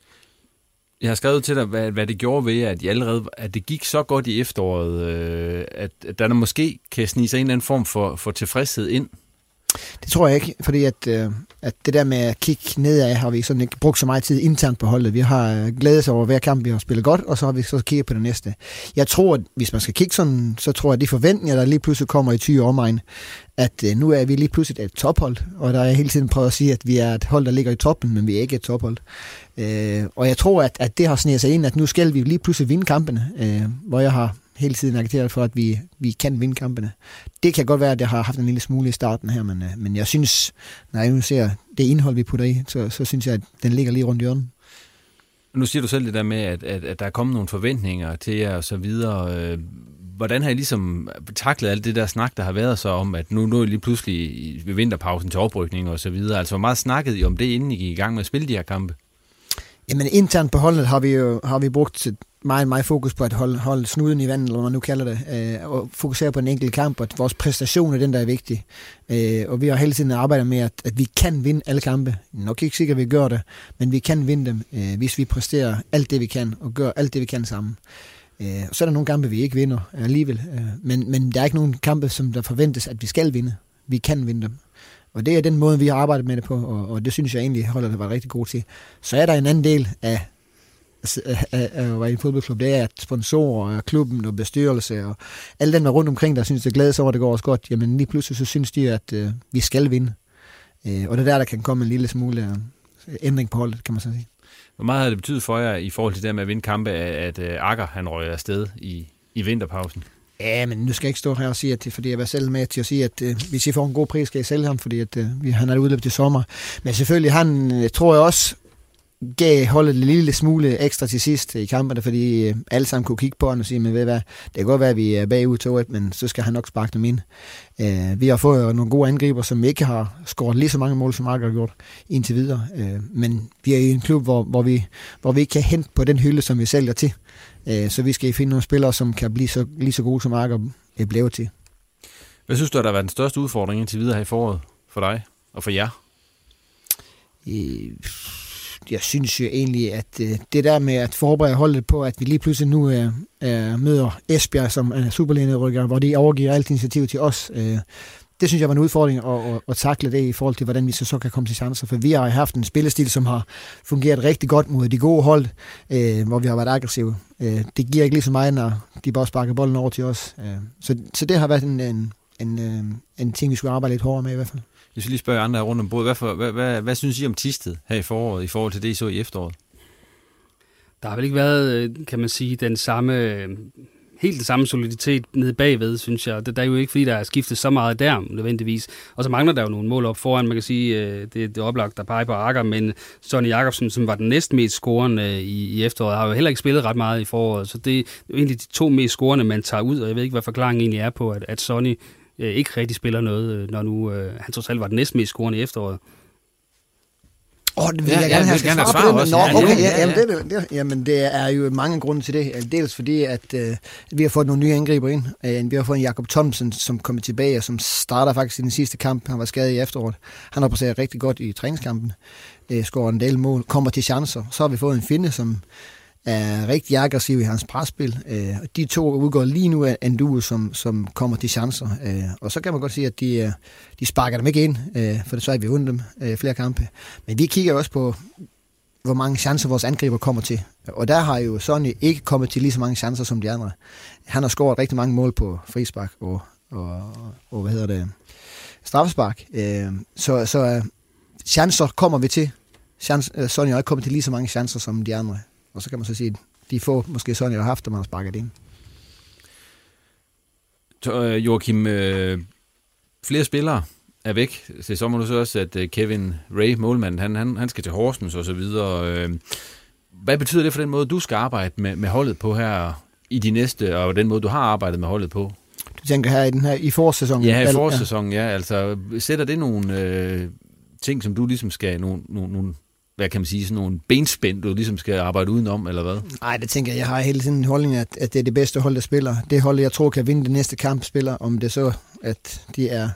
Jeg har skrevet til dig, hvad, hvad det gjorde ved, at, I allerede, at det gik så godt i efteråret, øh, at, at der måske kan snige sig en eller anden form for, for tilfredshed ind. Det tror jeg ikke, fordi at, øh, at det der med at kigge nedad, har vi sådan ikke brugt så meget tid internt på holdet. Vi har glædet sig over hver kamp, vi har spillet godt, og så har vi så kigget på det næste. Jeg tror, at hvis man skal kigge sådan, så tror jeg, at de forventninger, der lige pludselig kommer i tyve omegn, at øh, nu er vi lige pludselig et tophold, og der er jeg hele tiden prøvet at sige, at vi er et hold, der ligger i toppen, men vi er ikke et tophold. Øh, og jeg tror, at, at det har sneget sig ind, at nu skal vi lige pludselig vinde kampene, øh, hvor jeg har hele tiden agiteret for, at vi, vi kan vinde kampene. Det kan godt være, at jeg har haft en lille smule i starten her, men, men jeg synes, når jeg nu ser det indhold, vi putter i, så, så synes jeg, at den ligger lige rundt i hjørnet. Nu siger du selv det der med, at, at, at der er kommet nogle forventninger til jer og så videre. Hvordan har I ligesom taklet alt det der snak, der har været så om, at nu, nu er I lige pludselig ved vinterpausen til oprykning og så videre? Altså, hvor meget snakkede I om det, inden I gik i gang med at spille de her kampe? Jamen, internt på holdet har vi jo har vi brugt meget, meget fokus på at holde, holde snuden i vandet, eller hvad man nu kalder det, øh, og fokusere på en enkelt kamp, og vores præstation er den, der er vigtig. Øh, og vi har hele tiden arbejdet med, at, at vi kan vinde alle kampe. Nok ikke sikkert, at vi gør det, men vi kan vinde dem, øh, hvis vi præsterer alt det, vi kan, og gør alt det, vi kan sammen. Øh, og så er der nogle kampe, vi ikke vinder alligevel, øh, men, men der er ikke nogen kampe, som der forventes, at vi skal vinde. Vi kan vinde dem. Og det er den måde, vi har arbejdet med det på, og, og det synes jeg egentlig holder det var rigtig god til. Så er der en anden del af Af, af, af at være i en fodboldklub, det er, at sponsorer og klubben og bestyrelse og alle dem, der rundt omkring, der synes, det glæder sig over, at det går også godt, jamen lige pludselig så synes de, at øh, vi skal vinde. Øh, og det er der, der kan komme en lille smule øh, ændring på holdet, kan man så sige. Hvor meget har det betydet for jer i forhold til det med at vinde kampe, at, at uh, Akker han røg afsted i, i vinterpausen? Ja, men nu skal jeg ikke stå her og sige, at det, fordi jeg var selv med til at sige, at øh, hvis I får en god pris, skal I sælge ham, fordi at, øh, han er udløbet til sommer. Men selvfølgelig, han øh, tror jeg også, gav holdet en lille smule ekstra til sidst i kampene, fordi øh, alle sammen kunne kigge på ham og sige, men ved hvad, det kan godt være, at vi er bagud to et, men så skal han nok sparke dem ind. Øh, vi har fået nogle gode angriber, som ikke har scoret lige så mange mål, som Marker har gjort indtil videre. Øh, men vi er i en klub, hvor, hvor, vi, hvor vi ikke kan hente på den hylde, som vi sælger til. Øh, så vi skal finde nogle spillere, som kan blive så, lige så gode, som Marker er blevet til. Hvad synes du, der har været den største udfordring indtil videre her i foråret for dig og for jer? Jeg synes jo egentlig, at det der med at forberede holdet på, at vi lige pludselig nu er, er møder Esbjerg som er Superliga-rykker, hvor de overgiver alt initiativ til os, det synes jeg var en udfordring at, at, at takle det i forhold til, hvordan vi så, så kan komme til chancer. For vi har haft en spillestil, som har fungeret rigtig godt mod de gode hold, øh, hvor vi har været aggressive. Øh, det giver ikke lige så meget, når de bare sparker bolden over til os. Øh, så, så det har været en, en, en, en ting, vi skulle arbejde lidt hårdere med i hvert fald. Jeg skal lige spørge andre rundt om bordet. Hvad, for, hvad, hvad, hvad synes I om Thisted her i foråret, i forhold til det, I så i efteråret? Der har vel ikke været, kan man sige, den samme... helt det samme soliditet nede bagved, synes jeg. Det, der er jo ikke, fordi der er skiftet så meget der, nødvendigvis. Og så mangler der jo nogle mål op foran. Man kan sige, det, det er oplagt, der peger på Akker, men Sonny Jakobsen, som var den næstmest scorende i, i efteråret, har jo heller ikke spillet ret meget i foråret. Så det er jo egentlig de to mest scorende, man tager ud, og jeg ved ikke, hvad forklaringen egentlig er på, at, at Sonny øh, ikke rigtig spiller noget, når nu øh, han trods alt var den næstmest scorende i efteråret. Åh, oh, det vil ja, jeg gerne have svar, svar på den. Nå, okay, ja, jamen, det, det, jamen, det er jo mange grunde til det. Dels fordi, at øh, vi har fået nogle nye angriber ind. Øh, vi har fået en Jakob Thomsen, som kommer tilbage, og som starter faktisk i den sidste kamp. Han var skadet i efteråret. Han har præsteret rigtig godt i træningskampen. Øh, scorer en del mål, kommer til chancer. Så har vi fået en Finde, som er rigtig aggressiv i hans presspil. Øh, de to udgår lige nu af en duo, som, som kommer til chancer. Øh, og så kan man godt sige, at de, de sparker dem ikke ind, øh, for det så er vi vundet dem øh, flere kampe. Men vi kigger også på, hvor mange chancer vores angriber kommer til. Og der har jo Sonny ikke kommet til lige så mange chancer som de andre. Han har scoret rigtig mange mål på frispark og, og, og hvad hedder det, straffespark. Øh, så så chancer kommer vi til. Chance, Sonny har ikke kommet til lige så mange chancer som de andre. Og så kan man så sige, at de få måske Sonny har haft, og man har sparket ind. Joachim, øh, flere spillere er væk. Så så må du så også, at Kevin Ray, målmanden, han, han, han skal til Horsens og så videre. Hvad betyder det for den måde, du skal arbejde med, med holdet på her i de næste, og den måde, du har arbejdet med holdet på? Du tænker her i den her i forårssæsonen? Ja, i forårssæsonen, ja. Altså, sætter det nogle øh, ting, som du ligesom skal, nogle, nogle, nogle hvad kan man sige, sådan nogle benspænd, du ligesom skal arbejde udenom, eller hvad? Nej, det tænker jeg. Jeg har hele tiden en holdning, at, at det er det bedste hold, der spiller. Det hold, jeg tror, kan vinde det næste kamp, spiller, om det så, at de er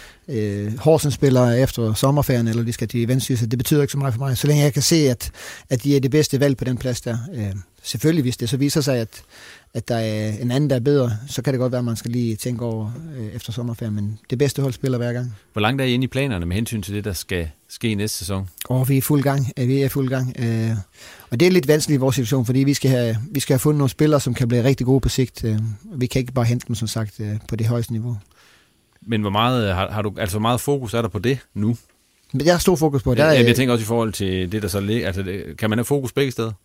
øh, Horsens-spillere efter sommerferien, eller de skal til Vendsyssel. Det betyder ikke så meget for mig. Så længe jeg kan se, at, at de er det bedste valg på den plads der. Øh, selvfølgelig, hvis det så viser sig, at, at der er en anden, der er bedre, så kan det godt være, at man skal lige tænke over øh, efter sommerferien, men det bedste hold spiller hver gang. Hvor langt er I inde i planerne med hensyn til det, der skal ske i næste sæson? Og vi er fuld gang. Vi er fuld gang. Øh, og det er lidt vanskeligt i vores situation, fordi vi skal have, vi skal have fundet nogle spillere, som kan blive rigtig gode på sigt. Øh, vi kan ikke bare hente dem, som sagt, øh, på det højeste niveau. Men hvor meget, har, har du, altså hvor meget fokus er der på det nu? Men jeg har stor fokus på det. Jeg, jeg tænker også i forhold til det, der så ligger. Altså, det, kan man have fokus begge steder?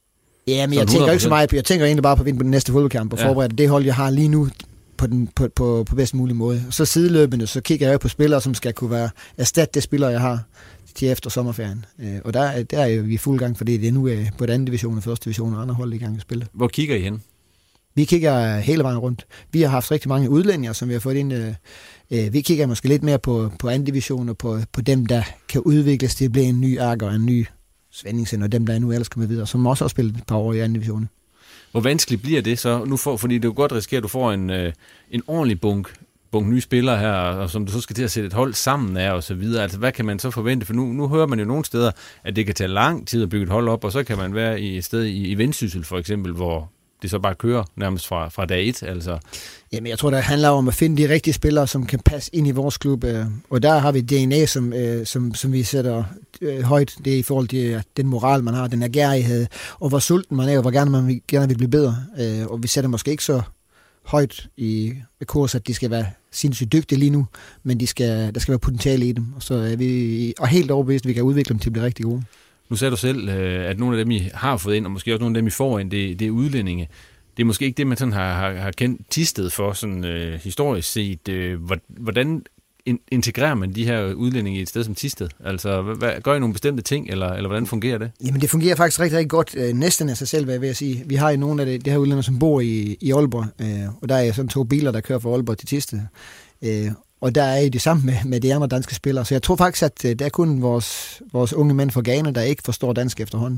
Ja, men jeg tænker ikke så meget på. Jeg tænker egentlig bare på at vinde på den næste fodboldkamp og ja. forberede det hold, jeg har lige nu på den på, på, på bedst mulig måde. Så sideløbende, så kigger jeg på spillere, som skal kunne være erstatte det spillere, jeg har til efter sommerferien. Og der, der er vi i fuld gang, fordi det er nu på den anden division og første division og andre hold i gang at spille. Hvor kigger I hen? Vi kigger hele vejen rundt. Vi har haft rigtig mange udlændinger, som vi har fået ind. Vi kigger måske lidt mere på, på anden division og på, på dem, der kan udvikles til at blive en ny Akker og en ny Svendingsen, og dem, der nu ellers kommer videre, som også har spillet et par år i anden division. Hvor vanskeligt bliver det så? Nu får, fordi det er jo godt risikere, at du får en, en ordentlig bunk, bunk nye spillere her, og som du så skal til at sætte et hold sammen af, og så videre. Altså, hvad kan man så forvente? For nu, nu hører man jo nogle steder, at det kan tage lang tid at bygge et hold op, og så kan man være i et sted i, i Vendsyssel for eksempel, hvor det så bare kører nærmest fra, fra dag et, altså. Jamen, jeg tror, det handler om at finde de rigtige spillere, som kan passe ind i vores klub, og der har vi D N A, som, som, som vi sætter højt. Det er i forhold til den moral, man har, den agerighed, og hvor sulten man er, og hvor gerne man gerne vil blive bedre. Og vi sætter måske ikke så højt i kurs, at de skal være sindssygt dygtige lige nu, men de skal, der skal være potentiale i dem, og så er vi og helt overbevist, at vi kan udvikle dem til at blive rigtig gode. Nu sagde du selv, at nogle af dem, I har fået ind, og måske også nogle af dem, I får ind, det, det er udlændinge. Det er måske ikke det, man sådan har, har, har kendt Thisted for, sådan øh, historisk set. Øh, hvordan integrerer man de her udlændinge i et sted som Thisted? Altså, hvad, gør I nogle bestemte ting, eller, eller hvordan fungerer det? Jamen, det fungerer faktisk rigtig, rigtig godt. Øh, næsten af sig selv, hvad jeg vil sige. Vi har jo nogle af de, de her udlændinge, som bor i, i Aalborg, øh, og der er sådan to biler, der kører fra Aalborg til Thisted. Øh, Og der er I det samme med, med de andre danske spillere. Så jeg tror faktisk, at det er kun vores, vores unge mænd fra Ghana, der ikke forstår dansk efterhånden.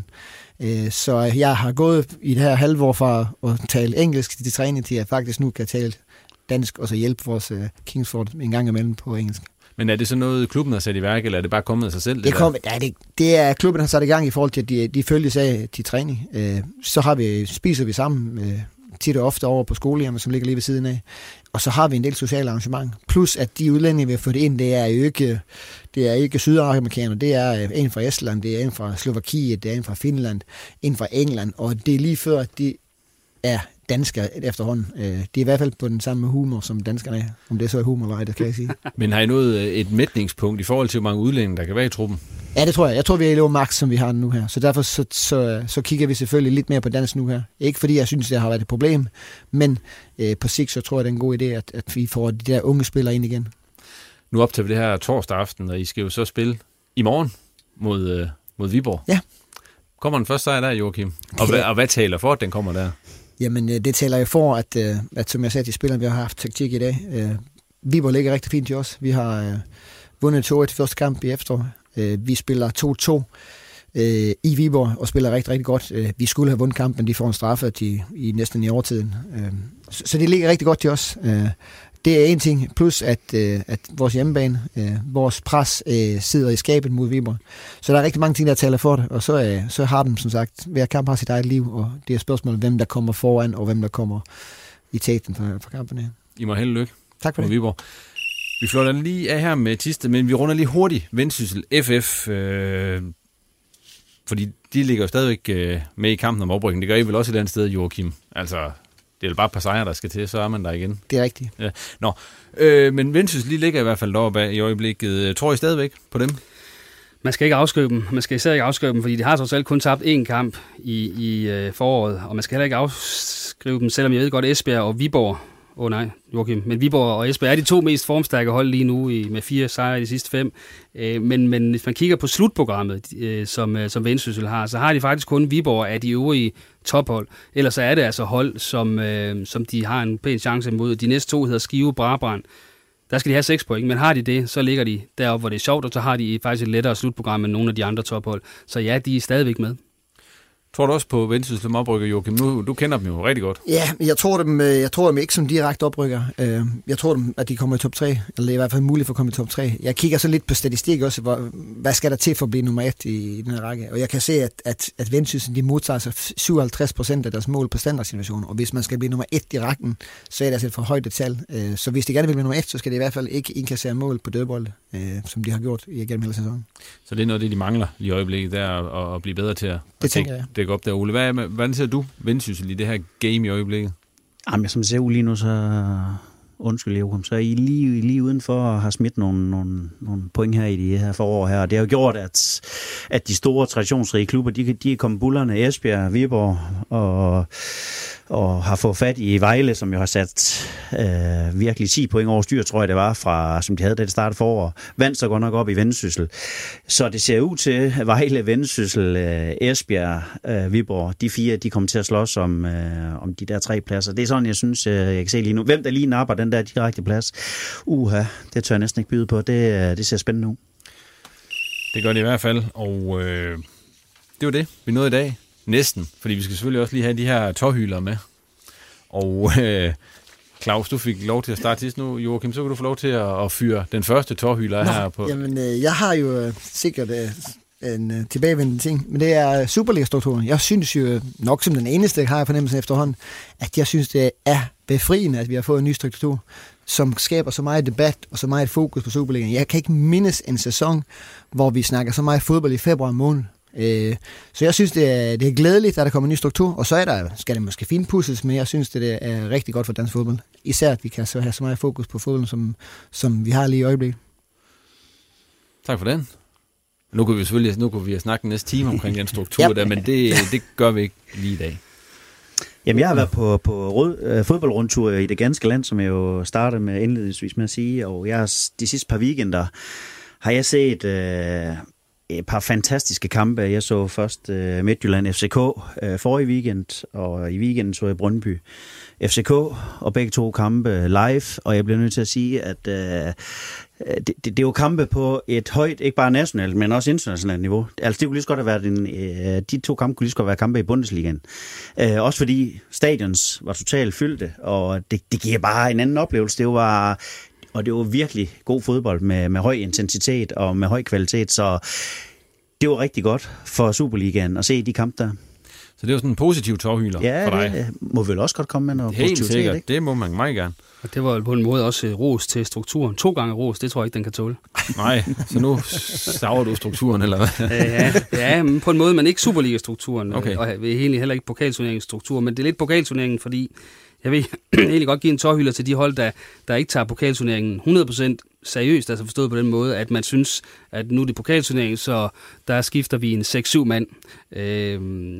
Så jeg har gået i det her halvår fra at tale engelsk til træning, til at jeg faktisk nu kan tale dansk, og så hjælpe vores Kingsford en gang imellem på engelsk. Men er det så noget, klubben har sat i værk, eller er det bare kommet af sig selv? Det, det, kom, ja, det, det er klubben har sat i gang i forhold til, at de, de følges af til træning. Øh, så har vi, spiser vi sammen øh, tit og ofte over på skolehjemmet, som ligger lige ved siden af. Og så har vi en del sociale arrangement. Plus at de udlændinge, vi har fået ind, det er jo ikke, det er ikke sydamerikanere. Det er en fra Estland, det er en fra Slovakiet, det er en fra Finland, en fra England. Og det er lige før, at de er danskere efterhånden. De er i hvert fald på den samme humor, som danskerne er. Om det så er humor eller ej, det kan jeg sige. Men har I nået et mætningspunkt i forhold til, hvor mange udlændinge, der kan være i truppen? Ja, det tror jeg. Jeg tror, vi er i lov max, som vi har nu her. Så derfor så, så, så kigger vi selvfølgelig lidt mere på dans nu her. Ikke fordi jeg synes, det har været et problem, men øh, på sigt så tror jeg, det er en god idé, at, at vi får de der unge spillere ind igen. Nu optager vi det her torsdag aften, og I skal jo så spille i morgen mod, øh, mod Viborg. Ja. Kommer den første sejr der, Joachim? Og, hvad, og hvad taler for, at den kommer der? Jamen, det taler jo for, at, at som jeg sagde til spillerne, vi har haft taktik i dag. Viborg ligger rigtig fint til os. Vi har vundet to et første kamp i efterår. Vi spiller to to i Viborg og spiller rigtig, rigtig godt. Vi skulle have vundet kampen, men de får en straffe til, i næsten i overtiden. Så det ligger rigtig godt til os. Det er en ting, plus at, at vores hjemmebane, vores pres sidder i skabet mod Viborg. Så der er rigtig mange ting, der taler for det, og så, så har dem, som sagt, hver kamp har sit eget liv, og det er spørgsmålet, hvem der kommer foran, og hvem der kommer i tæten for, for kampene. I må held og lykke. Tak for det. Viborg. Vi flår den lige af her med Thisted, men vi runder lige hurtigt Vendsyssel F F, øh, fordi de ligger jo stadigvæk øh, med i kampen om oprykning. Det gør I vel også et eller andet sted, Joachim? Altså, det er jo bare et par sejre, der skal til, så er man der igen. Det er rigtigt. Ja. Nå, øh, men Vendsyssel lige ligger i hvert fald deroppe i øjeblikket. Tror I stadigvæk på dem? Man skal ikke afskrive dem. Man skal især ikke afskrive dem, fordi de har trods alt kun tabt én kamp i, i øh, foråret, og man skal heller ikke afskrive dem, selvom jeg ved godt, Esbjerg og Viborg. Åh oh, nej, Joachim. Men Viborg og Esbjerg er de to mest formstærke hold lige nu i, med fire sejre i de sidste fem. Øh, men, men hvis man kigger på slutprogrammet, øh, som, øh, som Vendsyssel har, så har de faktisk kun Viborg af de øvrige tophold. Ellers så er det altså hold, som, øh, som de har en pæn chance imod. De næste to hedder Skive Brabrand. Der skal de have seks point, men har de det, så ligger de deroppe, hvor det er sjovt, og så har de faktisk et lettere slutprogram end nogle af de andre tophold. Så ja, de er stadigvæk med. Tror du også på Vendsyssel som oprykker, Joachim? Nu, du kender dem jo rigtig godt. Ja, jeg tror dem, jeg tror dem ikke som direkte oprykker. Jeg tror dem, at de kommer i top tre, eller i hvert fald muligt for at komme i top tre. Jeg kigger så lidt på statistik også, hvor, hvad skal der til for at blive nummer et i, i den her række. Og jeg kan se, at, at, at Vendsyssel, de modtager sig syvoghalvtreds procent af deres mål på standardsituationer. Og hvis man skal blive nummer et i rækken, så er det altså et for højt et tal. Så hvis de gerne vil blive nummer et, så skal de i hvert fald ikke indkassere mål på dødbolde, som de har gjort igennem hele sæsonen. Så det er noget, det de mangler i øjeblikket, der at, at blive bedre til at, det tænker jeg. dække op der. Ole, hvad, hvordan ser du Vendsyssel i det her game i øjeblikket? Jamen, som jeg ser ud lige nu, så undskyld, Joachim, så er I lige, lige udenfor at have smidt nogle, nogle, nogle point her i de her forår her. Det har jo gjort, at, at de store traditionsrige klubber, de, de er kommet bullerne, Esbjerg, Viborg og, og har fået fat i Vejle, som jo har sat øh, virkelig ti point over styr, tror jeg det var, fra, som de havde, da det startede forår. Vandt så godt nok op i Vendsyssel. Så det ser ud til, Vejle, Vendsyssel, øh, Esbjerg, øh, Viborg, de fire, de kommer til at slås om, øh, om de der tre pladser. Det er sådan, jeg synes, øh, jeg kan se lige nu. Hvem der lige napper den der direkte plads, uha, det tør jeg næsten ikke byde på. Det, det ser spændende ud. Det gør det i hvert fald, og øh, det var det, vi nåede i dag. Næsten, fordi vi skal selvfølgelig også lige have de her tårhylere med. Og øh, Claus, du fik lov til at starte sidst nu. Joachim, så kan du få lov til at, at fyre den første tårhyler her på. Jamen, øh, jeg har jo øh, sikkert øh, en øh, tilbagevendende ting, men det er Superliga-strukturen. Jeg synes jo nok som den eneste, har jeg fornemmelsen efterhånden, at jeg synes, det er befriende, at vi har fået en ny struktur, som skaber så meget debat og så meget fokus på Superligaen. Jeg kan ikke mindes en sæson, hvor vi snakker så meget fodbold i februar måned. Så jeg synes, det er, det er glædeligt, at der kommer en ny struktur, og så er der, skal det måske finpudses, men jeg synes, det er rigtig godt for dansk fodbold. Især, at vi kan så have så meget fokus på fodbold, som, som vi har lige i øjeblikket. Tak for den. Nu kunne vi selvfølgelig nu kunne vi snakke den næste time omkring den struktur ja. der, men det, det gør vi ikke lige i dag. Jamen, jeg har været på, på rød, øh, fodboldrundtur i det ganske land, som jeg jo startede med indledningsvis med at sige, og jeg de sidste par weekender har jeg set øh, et par fantastiske kampe. Jeg så først øh, Midtjylland F C K øh, forrige weekend, og i weekenden så jeg Brøndby F C K, og begge to kampe live, og jeg bliver nødt til at sige, at øh, det, det, det er jo kampe på et højt, ikke bare nationalt, men også internationalt niveau. Altså det kunne lige så godt have været en, øh, de to kampe kunne lige så godt være kampe i Bundesligaen. Øh, også fordi stadions var totalt fyldte, og det, det giver bare en anden oplevelse. Det var og det var virkelig god fodbold med, med høj intensitet og med høj kvalitet, så det var rigtig godt for Superligaen at se de kampe der. Så det er jo sådan en positiv tårhyler ja, for dig. Ja, det må vel også godt komme med noget helt positivitet, sikkert, ikke? Det må man meget gerne. Og det var på en måde også ros til strukturen. To gange ros, det tror jeg ikke, den kan tåle. Nej, så nu savrer du strukturen, eller hvad? ja, ja, men på en måde, men ikke Superliga-strukturen. Okay. Og det er egentlig heller ikke pokalturneringens struktur, men det er lidt pokalturneringen, fordi jeg vil egentlig godt give en tårhylder til de hold, der, der ikke tager pokalturneringen hundrede procent seriøst, altså forstået på den måde, at man synes, at nu er det pokalturneringen, så der skifter vi en seks syv mand. Øhm,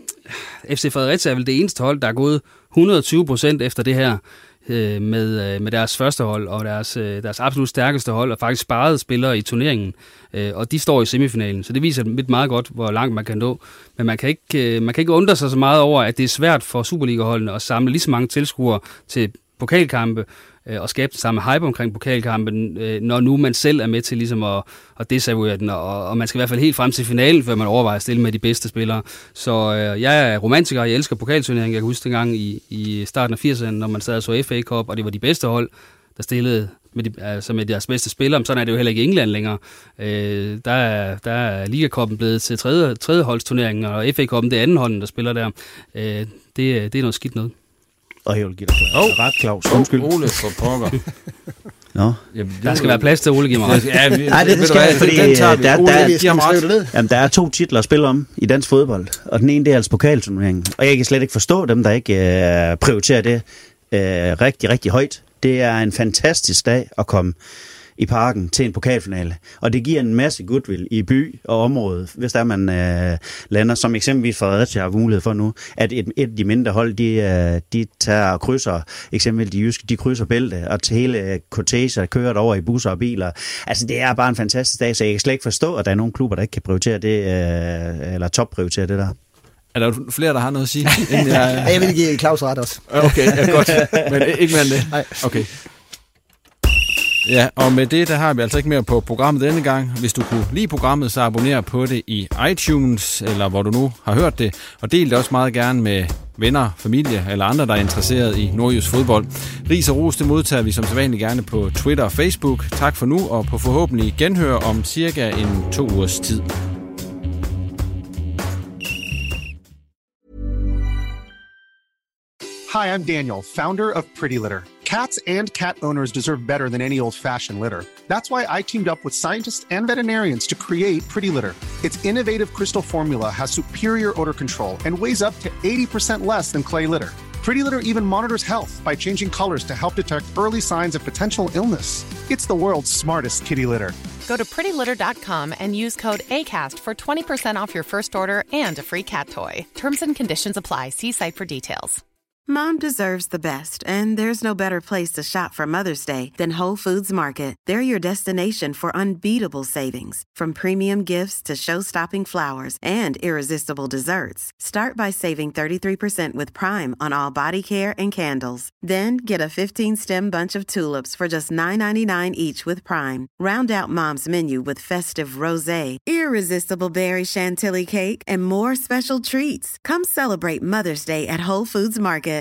F C Fredericia er vel det eneste hold, der er gået hundrede og tyve procent efter det her øh, med, med deres første hold og deres, øh, deres absolut stærkeste hold, og faktisk sparede spillere i turneringen, øh, og de står i semifinalen, så det viser lidt meget godt, hvor langt man kan nå. Men man kan ikke, øh, man kan ikke undre sig så meget over, at det er svært for Superliga-holdene at samle lige så mange tilskuere til pokalkampe, og skabe den samme hype omkring pokalkampen, når nu man selv er med til ligesom at, at desavouere den, og, og man skal i hvert fald helt frem til finalen, før man overvejer at stille med de bedste spillere. Så øh, jeg er romantiker, jeg elsker pokalturneringen. Jeg kan huske dengang i, i starten af firserne, når man sad og så F A Cup, og det var de bedste hold, der stillede med, de, altså med deres bedste spillere. Men sådan er det jo heller ikke i England længere. Øh, der, er, der er Liga-Cupen blevet til tredje, tredje holdsturneringen, og F A Cup'en, det er anden holden, der spiller der. Øh, det, det er noget skidt noget. Og jeg vil give dig oh. ret, Claus. Undskyld. Oh, Ole for pokker. Nå. Jamen, der skal være plads til Ole, giver mig ret. Ja, vi, Nej, det, det skal fordi den tager vi. Der, Ole, der, der, jamen, der er to titler at spille om i dansk fodbold, og den ene, det er altså pokalturneringen. Og jeg kan slet ikke forstå dem, der ikke øh, prioriterer det øh, rigtig, rigtig højt. Det er en fantastisk dag at komme i parken til en pokalfinale. Og det giver en masse goodwill i by og område, hvis der man øh, lander, som eksempelvis Fredericia har mulighed for nu, at et, et af de mindre hold, de, øh, de tager og krydser, eksempelvis de jyske, de krydser bælte, og til hele cortege kører over i busser og biler. Altså, det er bare en fantastisk dag, så jeg kan slet ikke forstå, at der er nogle klubber, der ikke kan prioritere det, øh, eller topprioritere det der. Er der flere, der har noget at sige? jeg... Ja, jeg vil give Claus ret også. Okay, ja, godt. Men ikke mere end det. Nej. Okay. Ja, og med det, der har vi altså ikke mere på programmet denne gang. Hvis du kunne lide programmet, så abonner på det i iTunes, eller hvor du nu har hørt det. Og del det også meget gerne med venner, familie eller andre, der er interesseret i nordjysk fodbold. Ris og ros, det modtager vi som sædvanligt gerne på Twitter og Facebook. Tak for nu, og på forhåbentlig genhør om cirka en to ugers tid. Hi, I'm Daniel, founder of Pretty Litter. Cats and cat owners deserve better than any old-fashioned litter. That's why I teamed up with scientists and veterinarians to create Pretty Litter. Its innovative crystal formula has superior odor control and weighs up to eighty percent less than clay litter. Pretty Litter even monitors health by changing colors to help detect early signs of potential illness. It's the world's smartest kitty litter. Go to pretty litter dot com and use code ACAST for twenty percent off your first order and a free cat toy. Terms and conditions apply. See site for details. Mom deserves the best, and there's no better place to shop for Mother's Day than Whole Foods Market. They're your destination for unbeatable savings, from premium gifts to show-stopping flowers and irresistible desserts. Start by saving thirty-three percent with Prime on all body care and candles. Then get a fifteen-stem bunch of tulips for just nine ninety-nine each with Prime. Round out Mom's menu with festive rosé, irresistible berry chantilly cake, and more special treats. Come celebrate Mother's Day at Whole Foods Market.